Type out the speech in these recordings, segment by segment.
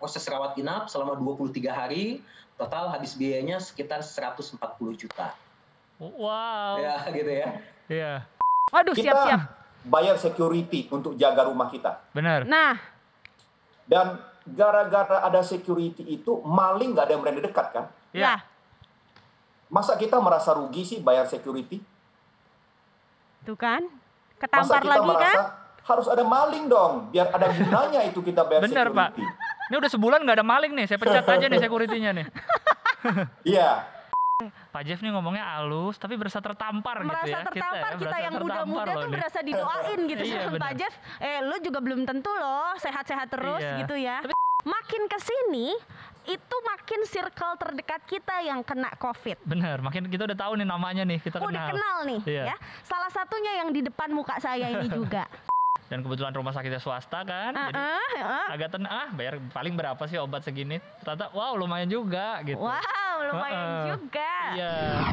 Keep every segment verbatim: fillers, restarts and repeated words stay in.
proses rawat inap selama dua puluh tiga hari, total habis biayanya sekitar seratus empat puluh juta. Wow. Ya gitu ya. Iya. Waduh, Kita siap-siap. bayar security untuk jaga rumah kita. Benar. Nah, Dan gara-gara ada security itu, maling nggak ada yang berani dekat kan? ya. Masa kita merasa rugi sih bayar security? Tuh kan. Masa Ketampar kita lagi merasa kan? harus ada maling dong, biar ada gunanya itu kita bayar Benar, Pak. security. Ini udah sebulan nggak ada maling nih, saya pecat aja nih security-nya nih. Iya. Pak Jeff nih ngomongnya halus, tapi berasa tertampar Merasa gitu ya. tertampar ya, kita, berasa yang tertampar muda-muda loh tuh nih. berasa didoain gitu Iya, sama Pak benar. Jeff. Eh, lu juga belum tentu loh sehat-sehat terus Iya. gitu ya. Makin kesini itu makin circle terdekat kita yang kena COVID. Bener, makin kita udah tahu nih namanya nih, kita Udah kenal. kenal nih Iya. ya. Salah satunya yang di depan muka saya ini juga. Dan kebetulan rumah sakitnya swasta kan, jadi Heeh, heeh. agak tenang, ah bayar paling berapa sih obat segini? Ternyata wow lumayan juga gitu. Wow, lumayan Heeh. juga. Iya.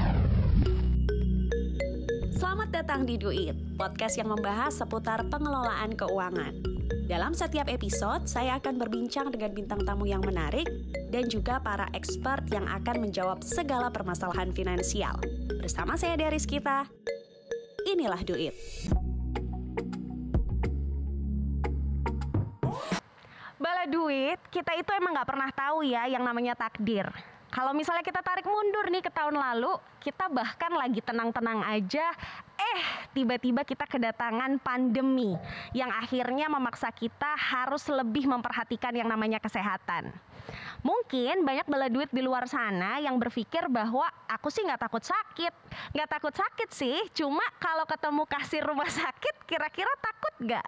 Selamat datang di Duit, podcast yang membahas seputar pengelolaan keuangan. Dalam setiap episode, saya akan berbincang dengan bintang tamu yang menarik dan juga para expert yang akan menjawab segala permasalahan finansial. Bersama saya Deris Kita, inilah Duit. Bala duit, kita itu emang nggak pernah tahu ya yang namanya takdir. Kalau misalnya kita tarik mundur nih ke tahun lalu, kita bahkan lagi tenang-tenang aja, eh tiba-tiba kita kedatangan pandemi yang akhirnya memaksa kita harus lebih memperhatikan yang namanya kesehatan. Mungkin banyak bala duit di luar sana yang berpikir bahwa aku sih nggak takut sakit. Nggak takut sakit sih, cuma kalau ketemu kasir rumah sakit kira-kira takut nggak?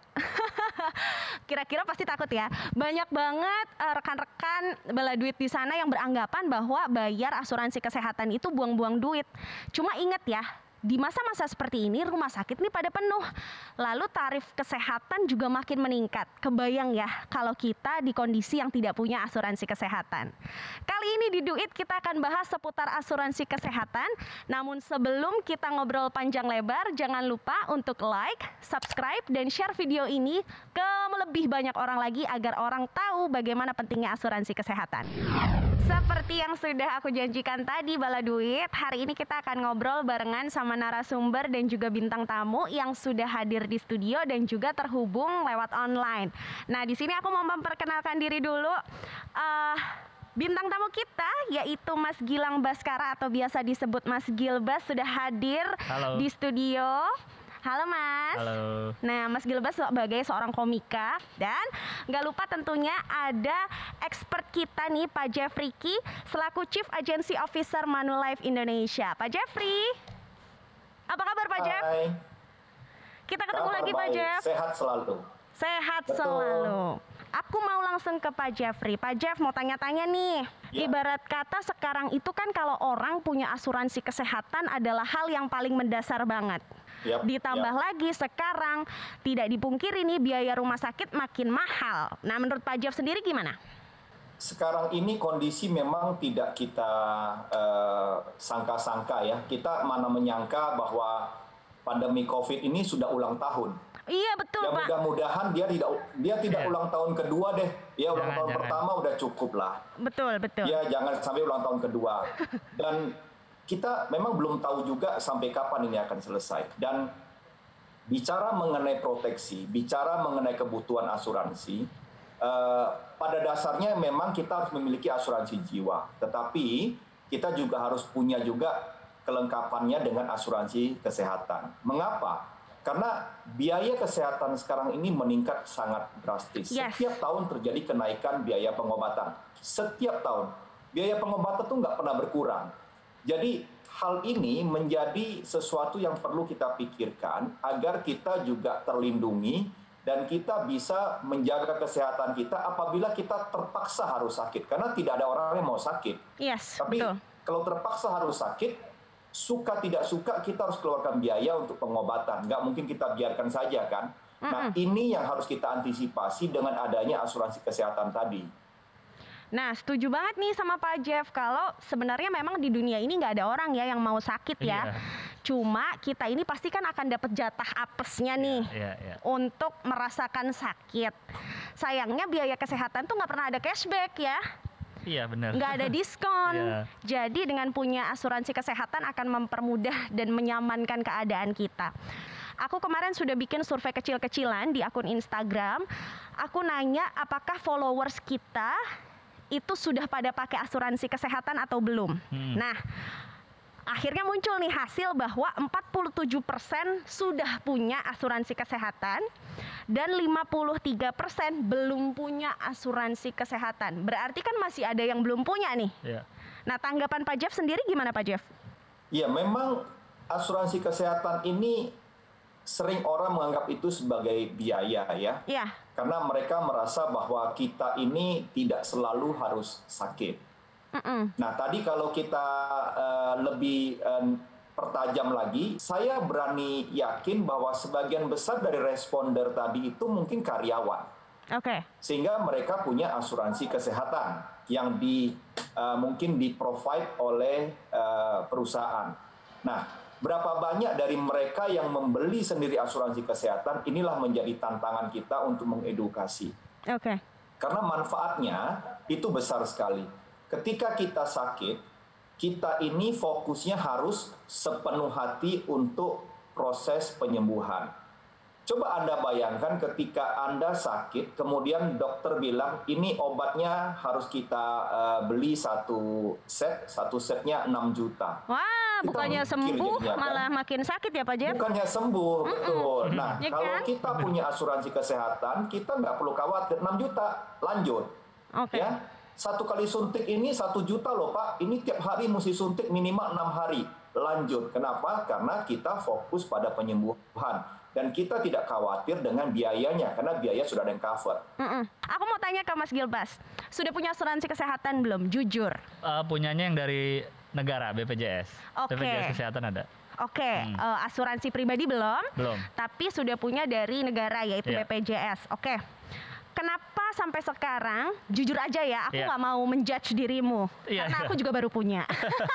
Kira-kira pasti takut ya. Banyak banget uh, rekan-rekan bala duit di sana yang beranggapan bahwa bayar asuransi kesehatan itu buang-buang duit. Cuma ingat ya, di masa-masa seperti ini rumah sakit nih pada penuh. Lalu tarif kesehatan juga makin meningkat. Kebayang ya kalau kita di kondisi yang tidak punya asuransi kesehatan. Kali ini di Duit kita akan bahas seputar asuransi kesehatan. Namun sebelum kita ngobrol panjang lebar, jangan lupa untuk like, subscribe, dan share video ini ke lebih banyak orang lagi agar orang tahu bagaimana pentingnya asuransi kesehatan. Seperti yang sudah aku janjikan tadi Bala Duit, hari ini kita akan ngobrol barengan sama narasumber dan juga bintang tamu yang sudah hadir di studio dan juga terhubung lewat online. Nah, di sini aku mau memperkenalkan diri dulu. Uh, bintang tamu kita yaitu Mas Gilang Baskara atau biasa disebut Mas Gilbas sudah hadir Halo. di studio. Halo Mas. Halo. Nah, Mas Gilbas sebagai seorang komika dan nggak lupa tentunya ada expert kita nih Pak Jeffrey Ki selaku Chief Agency Officer Manulife Indonesia. Pak Jeffrey, apa kabar Pak Jeff? Hai. Kita ketemu Kabar lagi Pak baik. Jeff. Sehat selalu. Sehat Betul. selalu. Aku mau langsung ke Pak Jeffrey. Pak Jeff mau tanya-tanya nih. Ya. Ibarat kata sekarang itu kan kalau orang punya asuransi kesehatan adalah hal yang paling mendasar banget. Yap, Ditambah yap. lagi sekarang tidak dipungkiri nih biaya rumah sakit makin mahal. Nah, menurut Pak Jeff sendiri gimana? Sekarang ini kondisi memang tidak kita eh, sangka-sangka ya. Kita mana menyangka bahwa pandemi COVID ini sudah ulang tahun. Iya betul Ya Pak. mudah-mudahan dia tidak dia tidak Iya. ulang tahun kedua deh. Ya ulang Jangan, tahun jangan. pertama udah cukup lah. Betul betul. Ya jangan sampai ulang tahun kedua. Dan kita memang belum tahu juga sampai kapan ini akan selesai. Dan bicara mengenai proteksi, bicara mengenai kebutuhan asuransi, eh, pada dasarnya memang kita harus memiliki asuransi jiwa. Tetapi kita juga harus punya juga kelengkapannya dengan asuransi kesehatan. Mengapa? Karena biaya kesehatan sekarang ini meningkat sangat drastis. Yes. Setiap tahun terjadi kenaikan biaya pengobatan. Setiap tahun. Biaya pengobatan tuh nggak pernah berkurang. Jadi hal ini menjadi sesuatu yang perlu kita pikirkan agar kita juga terlindungi dan kita bisa menjaga kesehatan kita apabila kita terpaksa harus sakit. Karena tidak ada orang yang mau sakit. Yes, Tapi betul. kalau terpaksa harus sakit, suka tidak suka kita harus keluarkan biaya untuk pengobatan. Nggak mungkin kita biarkan saja kan. Nah ini yang harus kita antisipasi dengan adanya asuransi kesehatan tadi. Nah, setuju banget nih sama Pak Jeff kalau sebenarnya memang di dunia ini nggak ada orang ya yang mau sakit ya. Iya. Cuma kita ini pasti kan akan dapat jatah apesnya nih Iya, iya. untuk merasakan sakit. Sayangnya biaya kesehatan tuh nggak pernah ada cashback ya. Iya benar. Nggak ada diskon. Iya. Jadi dengan punya asuransi kesehatan akan mempermudah dan menyamankan keadaan kita. Aku kemarin sudah bikin survei kecil-kecilan di akun Instagram. Aku nanya apakah followers kita itu sudah pada pakai asuransi kesehatan atau belum. Hmm. Nah, akhirnya muncul nih hasil bahwa empat puluh tujuh persen sudah punya asuransi kesehatan dan lima puluh tiga persen belum punya asuransi kesehatan. Berarti kan masih ada yang belum punya nih. Iya. Nah, tanggapan Pak Jeff sendiri gimana Pak Jeff? Ya, memang asuransi kesehatan ini sering orang menganggap itu sebagai biaya ya. Iya. Karena mereka merasa bahwa kita ini tidak selalu harus sakit. Mm-mm. Nah, tadi kalau kita uh, lebih uh, pertajam lagi, saya berani yakin bahwa sebagian besar dari responder tadi itu mungkin karyawan. Oke. Okay. Sehingga mereka punya asuransi kesehatan yang di uh, mungkin di-provide oleh uh, perusahaan. Nah, berapa banyak dari mereka yang membeli sendiri asuransi kesehatan, inilah menjadi tantangan kita untuk mengedukasi. Oke. Okay. Karena manfaatnya itu besar sekali. Ketika kita sakit, kita ini fokusnya harus sepenuh hati untuk proses penyembuhan. Coba Anda bayangkan ketika Anda sakit, kemudian dokter bilang, ini obatnya harus kita uh, beli satu set, satu setnya enam juta. Wah, Kita bukannya mikir sembuh, jadinya, kan? malah makin sakit ya Pak Jeff? Bukannya sembuh, Mm-mm. betul. Nah, Ya kalau kan? kita punya asuransi kesehatan, kita nggak perlu khawatir, enam juta, lanjut. Oke. Ya, satu kali suntik ini satu juta loh Pak, ini tiap hari mesti suntik minimal enam hari. Lanjut, kenapa? Karena kita fokus pada penyembuhan. Dan kita tidak khawatir dengan biayanya, karena biaya sudah ada yang cover. Mm-mm. Aku mau tanya ke Mas Gilbas, sudah punya asuransi kesehatan belum? Jujur. Uh, punyanya yang dari negara, B P J S. Oke. B P J S kesehatan ada. Oke, Hmm. eh, asuransi pribadi belum? Belum. Tapi sudah punya dari negara yaitu Iya. B P J S. Oke. Kenapa sampai sekarang, jujur aja ya, aku Iya. nggak mau menjudge dirimu, Iya. karena aku juga baru punya.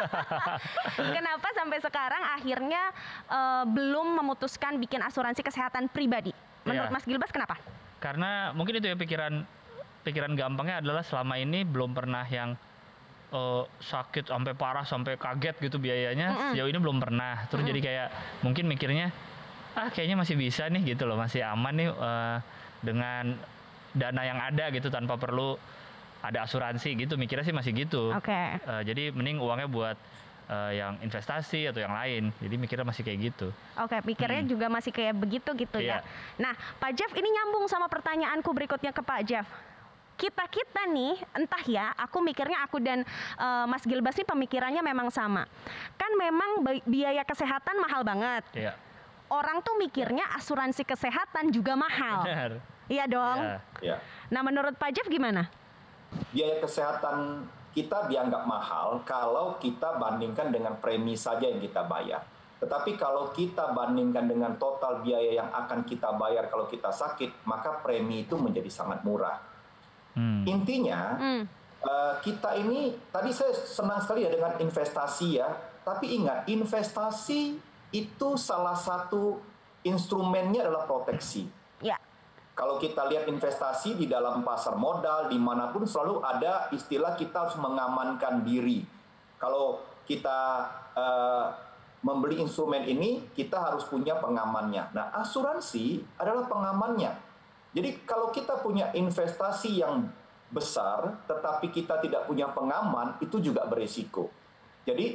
Kenapa sampai sekarang akhirnya eh, belum memutuskan bikin asuransi kesehatan pribadi? Menurut Iya. Mas Gilbas kenapa? Karena mungkin itu ya pikiran pikiran gampangnya adalah selama ini belum pernah yang eh, sakit sampai parah sampai kaget gitu biayanya. Mm-mm. Sejauh ini belum pernah. Terus Mm-mm. jadi kayak mungkin mikirnya ah kayaknya masih bisa nih gitu loh, masih aman nih eh, dengan dana yang ada gitu tanpa perlu ada asuransi gitu, mikirnya sih masih gitu. Oke. Eh, jadi mending uangnya buat eh, yang investasi atau yang lain. Jadi mikirnya masih kayak gitu. Oke, pikirnya Hmm. juga masih kayak begitu gitu ya. Iya. Nah, Pak Jeff ini nyambung sama pertanyaanku berikutnya ke Pak Jeff. Kita-kita nih, entah ya, aku mikirnya aku dan eh, Mas Gilbas nih pemikirannya memang sama. Kan memang bi- biaya kesehatan mahal banget. Iya. Orang tuh mikirnya asuransi kesehatan juga mahal. Benar. Iya dong. Iya. Ya. Nah, menurut Pak Jeff gimana? Biaya kesehatan kita dianggap mahal kalau kita bandingkan dengan premi saja yang kita bayar. Tetapi kalau kita bandingkan dengan total biaya yang akan kita bayar kalau kita sakit, maka premi itu menjadi sangat murah. Hmm. Intinya, Hmm. eh, kita ini, tadi saya senang sekali ya dengan investasi ya, tapi ingat, investasi itu salah satu instrumennya adalah proteksi. Ya. Kalau kita lihat investasi di dalam pasar modal, dimanapun selalu ada istilah kita harus mengamankan diri. Kalau kita uh, membeli instrumen ini, kita harus punya pengamannya. Nah, asuransi adalah pengamannya. Jadi kalau kita punya investasi yang besar, tetapi kita tidak punya pengaman, itu juga beresiko. Jadi,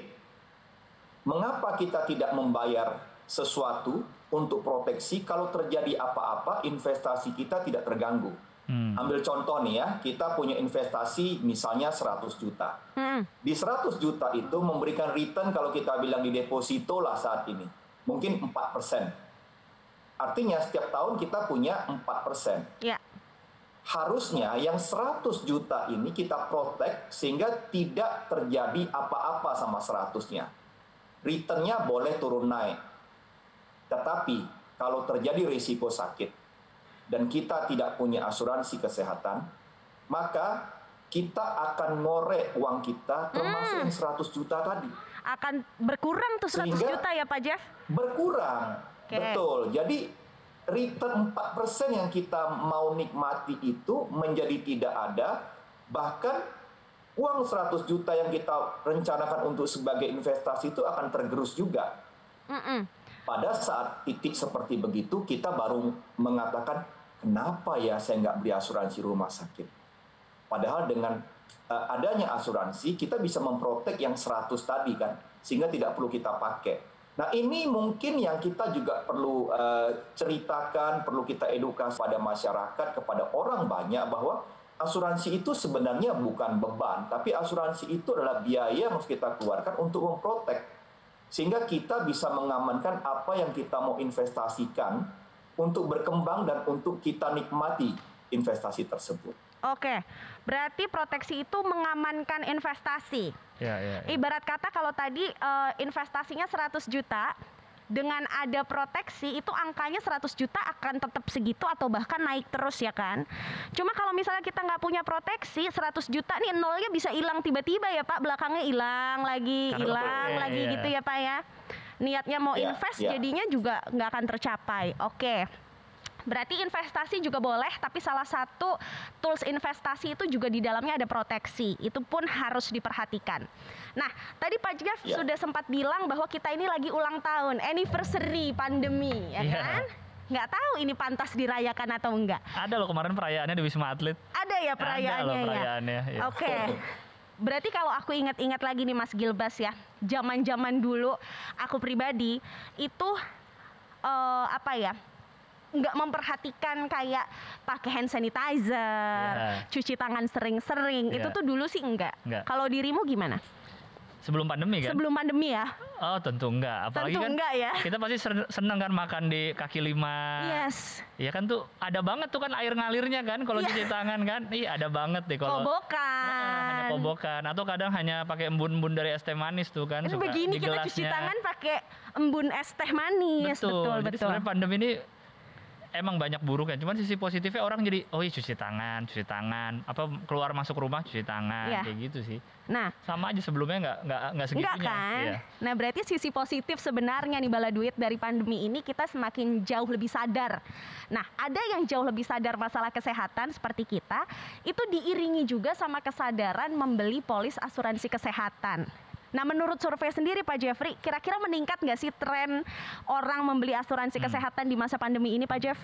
mengapa kita tidak membayar sesuatu untuk proteksi kalau terjadi apa-apa investasi kita tidak terganggu. Hmm. Ambil contoh nih ya, kita punya investasi misalnya seratus juta. Hmm. Di seratus juta itu memberikan return kalau kita bilang di deposito lah saat ini. Mungkin empat persen. Artinya setiap tahun kita punya empat persen. Ya. Harusnya yang seratus juta ini kita protect sehingga tidak terjadi apa-apa sama seratusnya. Return-nya boleh turun naik. Tetapi kalau terjadi risiko sakit dan kita tidak punya asuransi kesehatan, maka kita akan ngorek uang kita termasuk Hmm. yang seratus juta tadi. Akan berkurang tuh seratus Sehingga- juta ya Pak Jeff? Berkurang. Oke. Betul. Jadi return empat persen yang kita mau nikmati itu menjadi tidak ada, bahkan uang seratus juta yang kita rencanakan untuk sebagai investasi itu akan tergerus juga. Mm-mm. Pada saat titik seperti begitu, kita baru mengatakan, kenapa ya saya nggak beli asuransi rumah sakit? Padahal dengan uh, adanya asuransi, kita bisa memprotek yang seratus tadi kan, sehingga tidak perlu kita pakai. Nah ini mungkin yang kita juga perlu uh, ceritakan, perlu kita edukasi pada masyarakat, kepada orang banyak bahwa asuransi itu sebenarnya bukan beban, tapi asuransi itu adalah biaya yang harus kita keluarkan untuk memprotek. Sehingga kita bisa mengamankan apa yang kita mau investasikan untuk berkembang dan untuk kita nikmati investasi tersebut. Oke, berarti proteksi itu mengamankan investasi. Ya, ya, ya. Ibarat kata kalau tadi eh, investasinya seratus juta, dengan ada proteksi itu angkanya seratus juta akan tetap segitu atau bahkan naik terus ya kan. Cuma kalau misalnya kita nggak punya proteksi, seratus juta nih nolnya bisa hilang tiba-tiba ya Pak, belakangnya hilang lagi, Karena hilang betul, lagi iya. gitu ya Pak ya. Niatnya mau Iya, invest iya. jadinya juga nggak akan tercapai. Oke. Berarti investasi juga boleh, tapi salah satu tools investasi itu juga di dalamnya ada proteksi. Itu pun harus diperhatikan. Nah, tadi Pak Jeff Ya. sudah sempat bilang bahwa kita ini lagi ulang tahun, anniversary pandemi, ya Iya. kan? Nggak tahu ini pantas dirayakan atau enggak. Ada loh kemarin perayaannya di Wisma Atlet. Ada ya Ada perayaannya loh ya? perayaannya. Ya. Oke. Berarti kalau aku ingat-ingat lagi nih Mas Gilbas ya, zaman-zaman dulu aku pribadi itu eh, apa ya? Nggak memperhatikan kayak pakai hand sanitizer, Ya. cuci tangan sering-sering. Ya. Itu tuh dulu sih enggak. Enggak. Kalau dirimu gimana? Sebelum pandemi kan? Sebelum pandemi ya? Oh tentu enggak. Apalagi Tentu kan enggak ya? kita pasti ser- seneng kan makan di kaki lima. Yes. Iya kan tuh ada banget tuh kan air ngalirnya kan kalau Iya. cuci tangan kan. Iya ada banget deh kalau. Kobokan. Heeh, hanya kobokan atau kadang hanya pakai embun-embun dari es teh manis tuh kan. Ini suka begini di kita cuci gelasnya. tangan pakai embun es teh manis. Betul. Betul, Jadi betul. sebenarnya pandemi ini emang banyak buruknya. Cuman sisi positifnya orang jadi oh iya cuci tangan, cuci tangan. Apa keluar masuk rumah cuci tangan Iya. kayak gitu sih. Nah, Sama aja sebelumnya nggak nggak nggak segitunya. enggak kan? Iya. Nah, berarti sisi positif sebenarnya nih Bala Duit dari pandemi ini kita semakin jauh lebih sadar. Nah, ada yang jauh lebih sadar masalah kesehatan seperti kita, itu diiringi juga sama kesadaran membeli polis asuransi kesehatan. Nah, menurut survei sendiri Pak Jeffrey, kira-kira meningkat nggak sih tren orang membeli asuransi Hmm. kesehatan di masa pandemi ini Pak Jeff?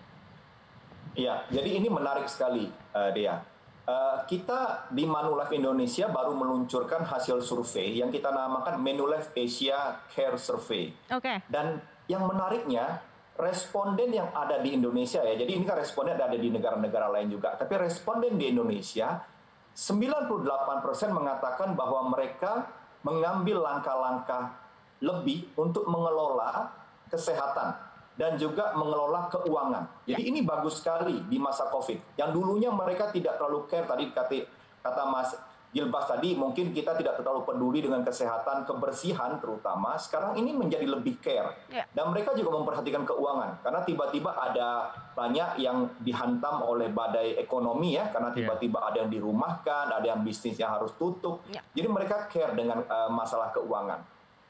Iya, jadi ini menarik sekali, uh, Dea. Uh, kita di Manulife Indonesia baru meluncurkan hasil survei yang kita namakan Manulife Asia Care Survey. Oke. Dan yang menariknya, responden yang ada di Indonesia ya, jadi ini kan responden ada di negara-negara lain juga, tapi responden di Indonesia, sembilan puluh delapan persen mengatakan bahwa mereka mengambil langkah-langkah lebih untuk mengelola kesehatan dan juga mengelola keuangan. Jadi ini bagus sekali di masa COVID. Yang dulunya mereka tidak terlalu care, tadi kata, kata Mas Gilbas tadi, mungkin kita tidak terlalu peduli dengan kesehatan, kebersihan terutama. Sekarang ini menjadi lebih care. Ya. Dan mereka juga memperhatikan keuangan. Karena tiba-tiba ada banyak yang dihantam oleh badai ekonomi ya. Karena tiba-tiba ada yang dirumahkan, ada yang bisnis yang harus tutup. Ya. Jadi mereka care dengan uh, masalah keuangan.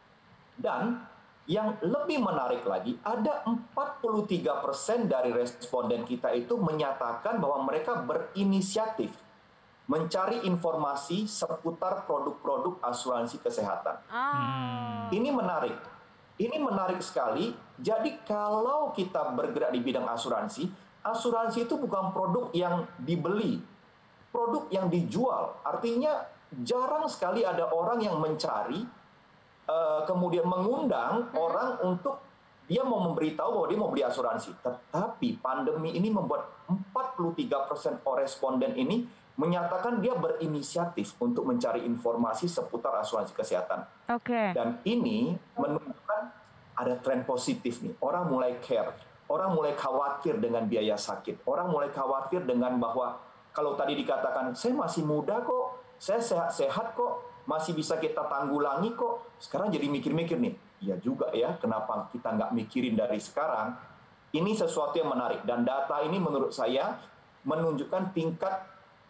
Dan yang lebih menarik lagi, ada empat puluh tiga persen dari responden kita itu menyatakan bahwa mereka berinisiatif mencari informasi seputar produk-produk asuransi kesehatan. Ah. Ini menarik. Ini menarik sekali. Jadi kalau kita bergerak di bidang asuransi, asuransi itu bukan produk yang dibeli, produk yang dijual. Artinya jarang sekali ada orang yang mencari Uh, kemudian mengundang hmm. orang untuk dia mau memberitahu bahwa dia mau beli asuransi. Tetapi pandemi ini membuat empat puluh tiga persen responden ini menyatakan dia berinisiatif untuk mencari informasi seputar asuransi kesehatan. Oke. Okay. Dan ini menunjukkan ada tren positif nih. Orang mulai care, orang mulai khawatir dengan biaya sakit, orang mulai khawatir dengan bahwa kalau tadi dikatakan saya masih muda kok, saya sehat-sehat kok, masih bisa kita tanggulangi kok. Sekarang jadi mikir-mikir nih, iya juga ya, kenapa kita nggak mikirin dari sekarang? Ini sesuatu yang menarik. Dan data ini menurut saya menunjukkan tingkat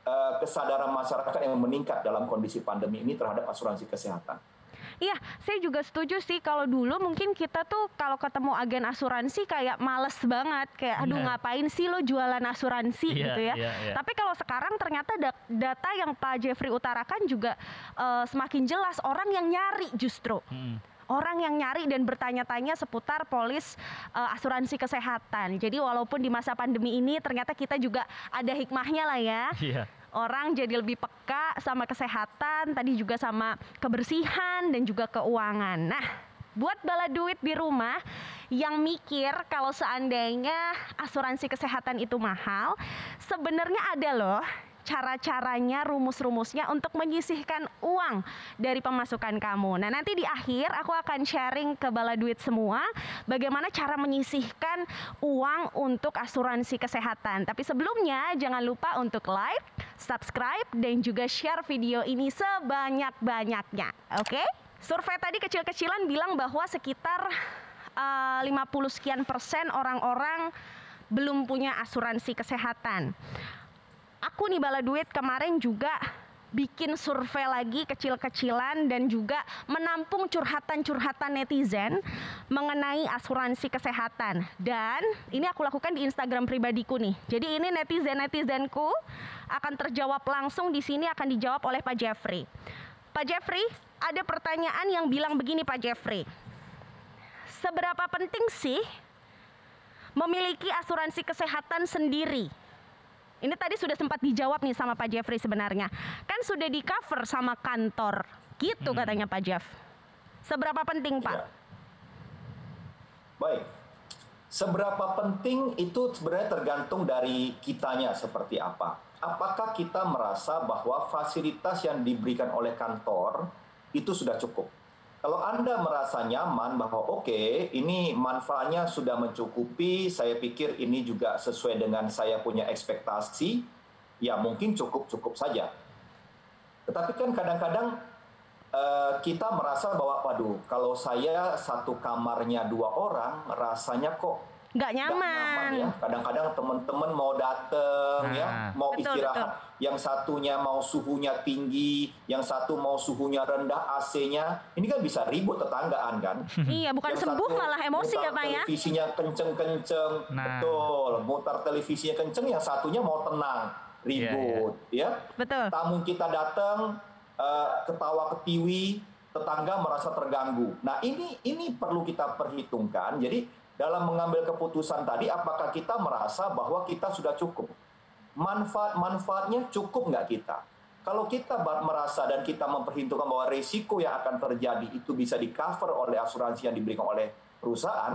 uh, kesadaran masyarakat yang meningkat dalam kondisi pandemi ini terhadap asuransi kesehatan. Iya, saya juga setuju sih. Kalau dulu mungkin kita tuh kalau ketemu agen asuransi kayak males banget, kayak aduh Benar. ngapain sih lo jualan asuransi Iya, gitu ya. iya, iya. Tapi kalau sekarang ternyata da- data yang Pak Jeffrey utarakan juga eh, semakin jelas orang yang nyari justru. Hmm. Orang yang nyari dan bertanya-tanya seputar polis uh, asuransi kesehatan. Jadi walaupun di masa pandemi ini ternyata kita juga ada hikmahnya lah ya. Iya. Orang jadi lebih peka sama kesehatan, tadi juga sama kebersihan dan juga keuangan. Nah, buat bala duit di rumah yang mikir kalau seandainya asuransi kesehatan itu mahal, sebenarnya ada loh cara-caranya, rumus-rumusnya untuk menyisihkan uang dari pemasukan kamu. Nah, nanti di akhir aku akan sharing ke bala duit semua bagaimana cara menyisihkan uang untuk asuransi kesehatan. Tapi sebelumnya jangan lupa untuk like, subscribe, dan juga share video ini sebanyak-banyaknya. Oke? Survei tadi kecil-kecilan bilang bahwa sekitar uh, lima puluh sekian persen orang-orang belum punya asuransi kesehatan. Aku nih bala duit kemarin juga bikin survei lagi kecil-kecilan dan juga menampung curhatan-curhatan netizen mengenai asuransi kesehatan. Dan ini aku lakukan di Instagram pribadiku nih. Jadi ini netizen-netizenku akan terjawab langsung di sini, akan dijawab oleh Pak Jeffrey. Pak Jeffrey, ada pertanyaan yang bilang begini Pak Jeffrey. Seberapa penting sih memiliki asuransi kesehatan sendiri? Ini tadi sudah sempat dijawab nih sama Pak Jeffrey sebenarnya. Kan sudah di cover sama kantor. Gitu hmm. katanya Pak Jeff. Seberapa penting Pak? Ya. Baik. Seberapa penting itu sebenarnya tergantung dari kitanya seperti apa. Apakah kita merasa bahwa fasilitas yang diberikan oleh kantor itu sudah cukup? Kalau Anda merasa nyaman bahwa oke, okay, ini manfaatnya sudah mencukupi, saya pikir ini juga sesuai dengan saya punya ekspektasi, ya mungkin cukup-cukup saja. Tetapi kan kadang-kadang uh, kita merasa bahwa, waduh, kalau saya satu kamarnya dua orang, rasanya kok nggak nyaman. nyaman ya. Kadang-kadang teman-teman mau datang nah, ya, mau betul, istirahat. Betul. Yang satunya mau suhunya tinggi, yang satu mau suhunya rendah A C-nya. Ini kan bisa ribut tetanggaan kan. Iya, bukan yang sembuh malah emosi ya Pak ya. Televisinya kenceng-kenceng, nah. betul. Mutar televisinya kenceng, yang satunya mau tenang, ribut, yeah, yeah. ya. Betul. Tamu kita datang, uh, ketawa ketiwi, tetangga merasa terganggu. Nah ini ini perlu kita perhitungkan. Jadi dalam mengambil keputusan tadi, apakah kita merasa bahwa kita sudah cukup? Manfaat-manfaatnya cukup nggak kita? Kalau kita merasa dan kita memperhitungkan bahwa risiko yang akan terjadi itu bisa di-cover oleh asuransi yang diberikan oleh perusahaan,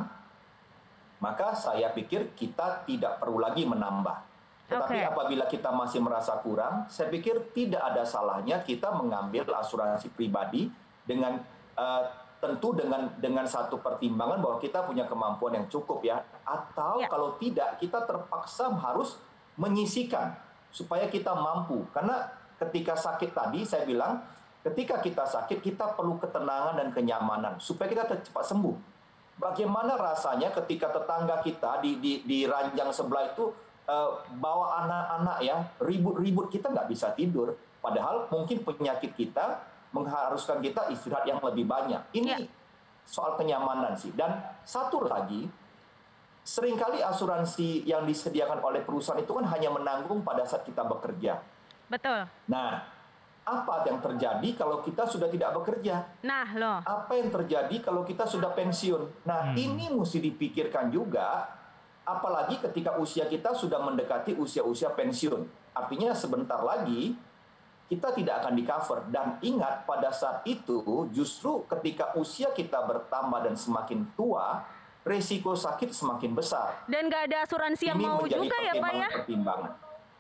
maka saya pikir kita tidak perlu lagi menambah. Tetapi okay. apabila kita masih merasa kurang, saya pikir tidak ada salahnya kita mengambil asuransi pribadi dengan uh, tentu dengan dengan satu pertimbangan bahwa kita punya kemampuan yang cukup ya. Atau ya. Kalau tidak, kita terpaksa harus menyisihkan supaya kita mampu. Karena ketika sakit tadi saya bilang, ketika kita sakit kita perlu ketenangan dan kenyamanan supaya kita cepat sembuh. Bagaimana rasanya ketika tetangga kita di di, di ranjang sebelah itu uh, bawa anak-anak ya, ribut-ribut, kita nggak bisa tidur. Padahal mungkin penyakit kita mengharuskan kita istirahat yang lebih banyak. Ini ya. Soal kenyamanan sih. Dan satu lagi, seringkali asuransi yang disediakan oleh perusahaan itu kan hanya menanggung pada saat kita bekerja. Betul. Nah, apa yang terjadi kalau kita sudah tidak bekerja? Nah, loh. Apa yang terjadi kalau kita sudah pensiun? Nah, hmm. ini mesti dipikirkan juga, apalagi ketika usia kita sudah mendekati usia-usia pensiun. Artinya sebentar lagi kita tidak akan di-cover. Dan ingat, pada saat itu justru ketika usia kita bertambah dan semakin tua, resiko sakit semakin besar. Dan nggak ada asuransi yang ini mau juga ya Pak ya? Pertimbangan.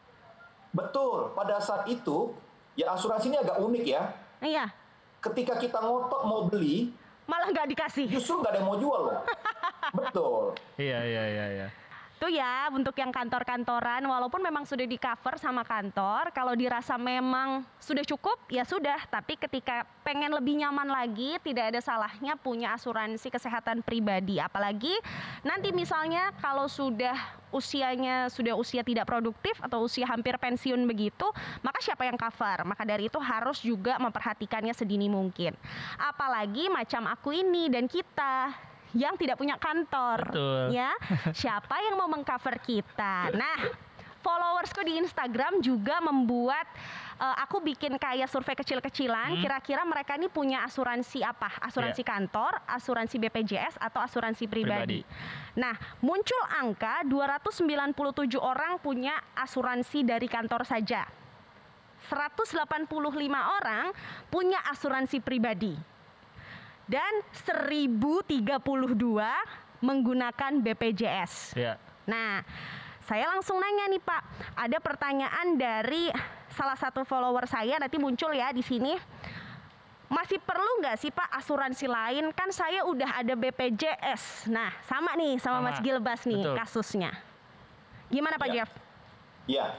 Betul, pada saat itu, ya asuransi ini agak unik ya. Iya. Ketika kita ngotot mau beli, malah nggak dikasih. Justru nggak ada yang mau jual loh. Betul. Iya, iya, iya. iya. Itu ya untuk yang kantor-kantoran, walaupun memang sudah di cover sama kantor, kalau dirasa memang sudah cukup ya sudah, tapi ketika pengen lebih nyaman lagi, tidak ada salahnya punya asuransi kesehatan pribadi. Apalagi nanti misalnya kalau sudah usianya sudah usia tidak produktif atau usia hampir pensiun begitu, maka siapa yang cover? Maka dari itu harus juga memperhatikannya sedini mungkin. Apalagi macam aku ini dan kita yang tidak punya kantor. Betul. Ya, siapa yang mau mengcover kita? Nah, followersku di Instagram juga membuat uh, aku bikin kayak survei kecil-kecilan. Hmm. Kira-kira mereka ini punya asuransi apa? Asuransi yeah. kantor, asuransi B P J S, atau asuransi pribadi. pribadi. Nah, muncul angka dua ratus sembilan puluh tujuh orang punya asuransi dari kantor saja. seratus delapan puluh lima orang punya asuransi pribadi. Dan seribu tiga puluh dua menggunakan B P J S. Yeah. Nah, saya langsung nanya nih Pak, ada pertanyaan dari salah satu follower saya, nanti muncul ya di sini. Masih perlu nggak sih Pak asuransi lain? Kan saya udah ada B P J S. Nah, sama nih sama, sama. Mas Gilbas nih. Betul. Kasusnya. Gimana Pak ya. Jeff? Ya,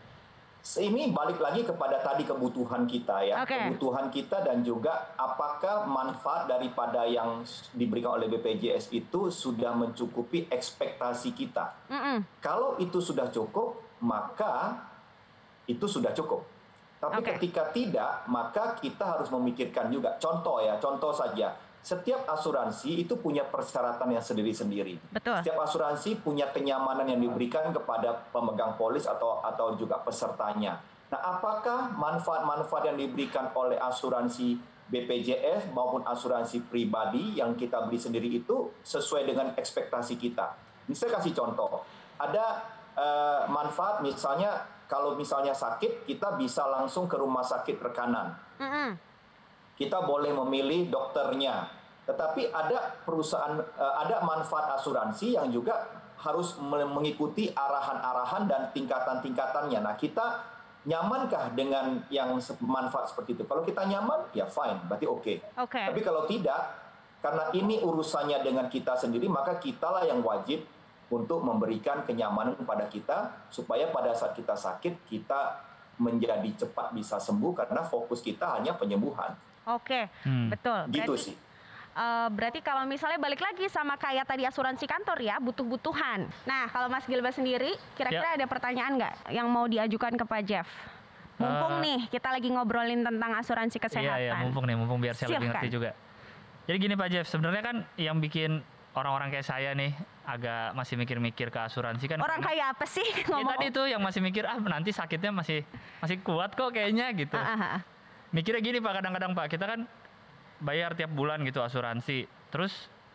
ini balik lagi kepada tadi kebutuhan kita ya. Okay. Kebutuhan kita dan juga apakah manfaat daripada yang diberikan oleh B P J S itu sudah mencukupi ekspektasi kita. Mm-mm. Kalau itu sudah cukup, maka itu sudah cukup. Tapi okay. ketika tidak, maka kita harus memikirkan juga. Contoh ya, contoh saja. Setiap asuransi itu punya persyaratan yang sendiri-sendiri. Betul. Setiap asuransi punya kenyamanan yang diberikan kepada pemegang polis atau atau juga pesertanya. Nah, apakah manfaat-manfaat yang diberikan oleh asuransi B P J S maupun asuransi pribadi yang kita beli sendiri itu sesuai dengan ekspektasi kita? Ini saya kasih contoh. Ada uh, manfaat misalnya kalau misalnya sakit, kita bisa langsung ke rumah sakit rekanan. Mm-hmm. Kita boleh memilih dokternya. Tetapi ada perusahaan, ada manfaat asuransi yang juga harus mengikuti arahan-arahan dan tingkatan-tingkatannya. Nah, kita nyamankah dengan yang manfaat seperti itu? Kalau kita nyaman, ya fine, berarti oke. Okay. Okay. Tapi kalau tidak, karena ini urusannya dengan kita sendiri, maka kitalah yang wajib untuk memberikan kenyamanan kepada kita supaya pada saat kita sakit kita menjadi cepat bisa sembuh karena fokus kita hanya penyembuhan. Oke, hmm. betul. Gitu berarti, sih. Uh, berarti kalau misalnya balik lagi sama kayak tadi asuransi kantor ya, butuh-butuhan. Nah, kalau Mas Gilbas sendiri, kira-kira ya. ada pertanyaan nggak yang mau diajukan ke Pak Jeff? Mumpung uh, nih kita lagi ngobrolin tentang asuransi kesehatan. Iya, iya, mumpung nih, mumpung biar saya Silahkan. lebih ngerti juga. Jadi gini Pak Jeff, sebenarnya kan yang bikin orang-orang kayak saya nih agak masih mikir-mikir ke asuransi kan. Orang kayak apa sih ngomong? Ya, tadi tuh yang masih mikir ah nanti sakitnya masih masih kuat kok kayaknya gitu. Ah, ah, ah. Mikirnya gini Pak, kadang-kadang Pak, kita kan bayar tiap bulan gitu asuransi. Terus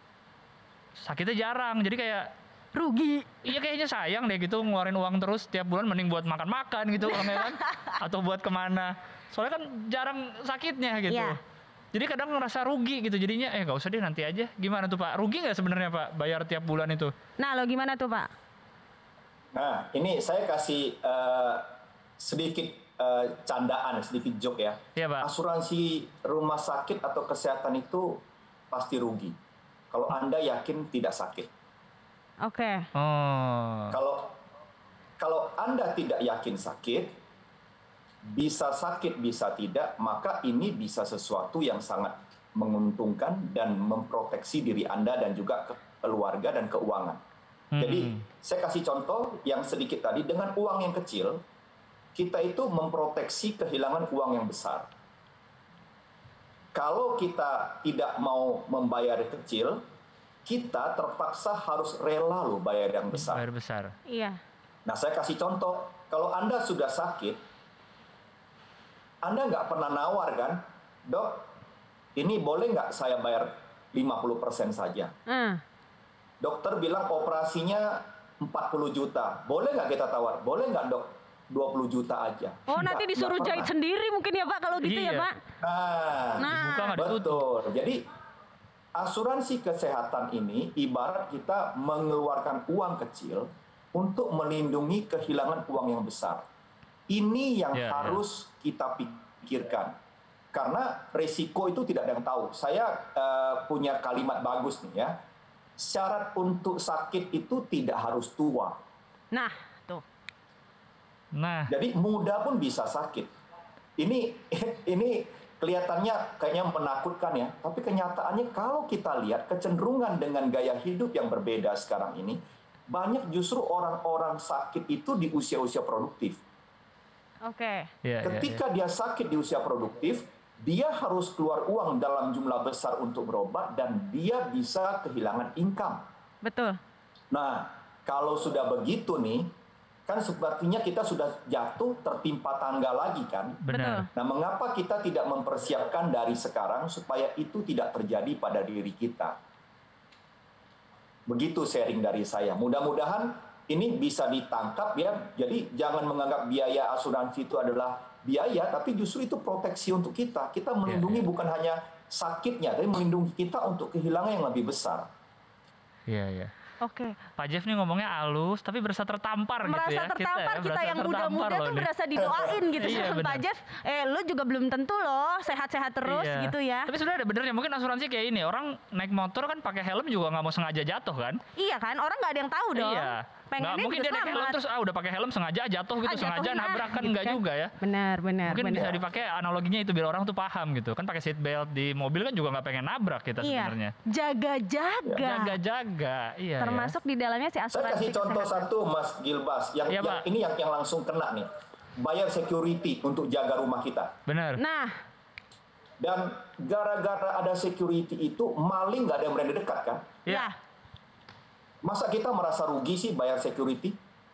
sakitnya jarang. Jadi kayak rugi. Iya kayaknya sayang deh gitu ngeluarin uang terus tiap bulan, mending buat makan-makan gitu kan atau buat kemana. Soalnya kan jarang sakitnya gitu. Yeah. Jadi kadang ngerasa rugi gitu, jadinya eh gak usah deh nanti aja. Gimana tuh Pak? Rugi nggak sebenarnya Pak bayar tiap bulan itu? Nah lo gimana tuh Pak? Nah ini saya kasih uh, sedikit uh, candaan, sedikit joke ya. Iya Pak. Asuransi rumah sakit atau kesehatan itu pasti rugi. Kalau Anda yakin tidak sakit. Oke. Okay. Oh. Kalau kalau Anda tidak yakin sakit, bisa sakit, bisa tidak, maka ini bisa sesuatu yang sangat menguntungkan dan memproteksi diri Anda dan juga keluarga dan keuangan. Hmm. Jadi, saya kasih contoh yang sedikit tadi, dengan uang yang kecil, kita itu memproteksi kehilangan uang yang besar. Kalau kita tidak mau membayar kecil, kita terpaksa harus rela loh bayar yang besar. Bayar besar. Iya. Nah, saya kasih contoh, kalau Anda sudah sakit, Anda nggak pernah nawar kan, dok, ini boleh nggak saya bayar lima puluh persen saja? Mm. Dokter bilang operasinya empat puluh juta, boleh nggak kita tawar? Boleh nggak dok, dua puluh juta aja? Oh nggak, nanti disuruh jahit sendiri mungkin ya Pak, kalau gitu iya. ya Pak? Nah, nah. betul. Jadi asuransi kesehatan ini ibarat kita mengeluarkan uang kecil untuk melindungi kehilangan uang yang besar. Ini yang yeah, harus yeah. kita pikirkan. Karena resiko itu tidak ada yang tahu. Saya uh, punya kalimat bagus nih ya. syarat untuk sakit itu tidak harus tua. Nah, tuh. Nah, Jadi muda pun bisa sakit. Ini ini kelihatannya kayaknya menakutkan ya, tapi kenyataannya kalau kita lihat kecenderungan dengan gaya hidup yang berbeda sekarang ini, banyak justru orang-orang sakit itu di usia-usia produktif. Oke. iya, iya, Ketika dia sakit di usia produktif, dia harus keluar uang dalam jumlah besar untuk berobat dan dia bisa kehilangan income. Betul. Nah, kalau sudah begitu nih, kan sepertinya kita sudah jatuh tertimpa tangga lagi kan? benar. Nah, mengapa kita tidak mempersiapkan dari sekarang supaya itu tidak terjadi pada diri kita? Begitu sharing dari saya. Mudah-mudahan ini bisa ditangkap ya. Jadi jangan menganggap biaya asuransi itu adalah biaya, tapi justru itu proteksi untuk kita. Kita melindungi Iya, iya. bukan hanya sakitnya, tapi melindungi kita untuk kehilangan yang lebih besar. Iya, iya. Oke. Pak Jeff nih ngomongnya halus, tapi berasa tertampar gitu Merasa ya. tertampar ya, kita, berasa yang tertampar muda-muda loh tuh nih. berasa didoain gitu Iya, sama Pak benar. Jeff. Eh, lu juga belum tentu loh sehat-sehat terus Iya. gitu ya. Tapi sebenarnya ada benernya, mungkin asuransi kayak ini, orang naik motor kan pakai helm juga nggak mau sengaja jatuh kan? Iya kan, orang nggak ada yang tahu dong. Iya. Nggak Pengennya mungkin juga dia naik helm selamat. terus ah udah pakai helm sengaja jatuh gitu, Ah, sengaja jatuhin ah, nabrak kan gitu nggak juga ya. Benar, benar, Mungkin benar. bisa dipakai analoginya itu biar orang tuh paham gitu. Kan pakai seat belt di mobil kan juga nggak pengen nabrak kita Iya. sebenarnya. Jaga-jaga. Jaga-jaga, iya. Termasuk di dalamnya si Saya asuransi kasih contoh kesehatan. satu, Mas Gilbas, yang, Iya, yang Pak. ini yang yang langsung kena nih. Bayar security untuk jaga rumah kita. Ya. Benar. Nah, Dan gara-gara ada security itu, maling nggak ada yang berani dekat kan? Iya. ya. Masa kita merasa rugi sih bayar security?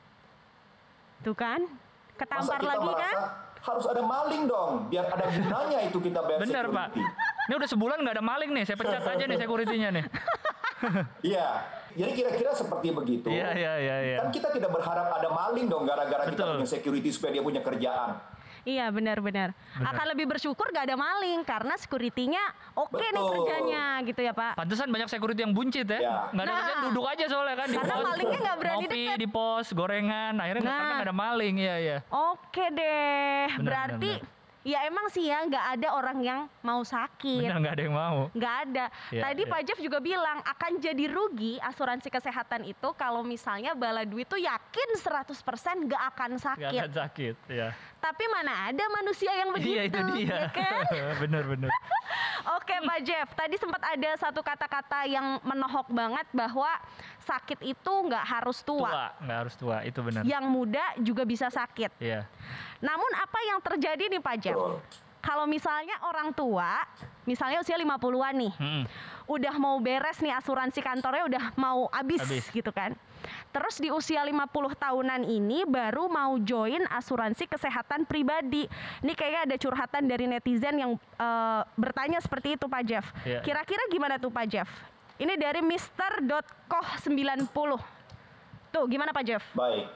Tuh kan. Masa Ketampar kita lagi merasa kan? harus ada maling dong, biar ada gunanya itu kita bayar Benar, Pak. security. Ini udah sebulan nggak ada maling nih, saya pecat aja nih security-nya nih. Iya, jadi kira-kira seperti begitu. Iya, iya, iya, iya. Kan kita tidak berharap ada maling dong, gara-gara kita Betul. punya security supaya dia punya kerjaan. Iya benar-benar. Akan lebih bersyukur gak ada maling karena security-nya oke nih Betul. kerjanya gitu ya Pak. Pantesan banyak security yang buncit ya. Ya. Nggak ada Nah. kerjaan, duduk aja soalnya kan di Karena pos. malingnya nggak berani Ngopi deket. di pos, gorengan. Akhirnya nggak Nah. karena nggak ada maling, iya iya. Oke deh. Benar, Berarti benar, ya emang sih ya nggak ada orang yang mau sakit. Bener nggak ada yang mau. Nggak ada. Iya, Tadi iya. Pak Jeff juga bilang akan jadi rugi asuransi kesehatan itu kalau misalnya bala duit tuh yakin seratus persen nggak akan Nggak sakit. akan sakit, ya. Tapi mana ada manusia yang begitu, Iya itu dia. ya kan? bener bener. Oke Pak Jeff, tadi sempat ada satu kata-kata yang menohok banget bahwa sakit itu nggak harus tua. Tua, nggak harus tua, itu benar. Yang muda juga bisa sakit. Iya. Namun apa yang terjadi nih Pak Jeff? Betul. Kalau misalnya orang tua, misalnya usia lima puluhan nih, Mm-mm. udah mau beres nih asuransi kantornya udah mau habis, Habis. gitu kan. Terus di usia lima puluh tahunan ini baru mau join asuransi kesehatan pribadi. Ini kayaknya ada curhatan dari netizen yang eh, bertanya seperti itu Pak Jeff. Iya. Kira-kira gimana tuh Pak Jeff? Ini dari mister koh sembilan puluh. Tuh gimana Pak Jeff? Baik,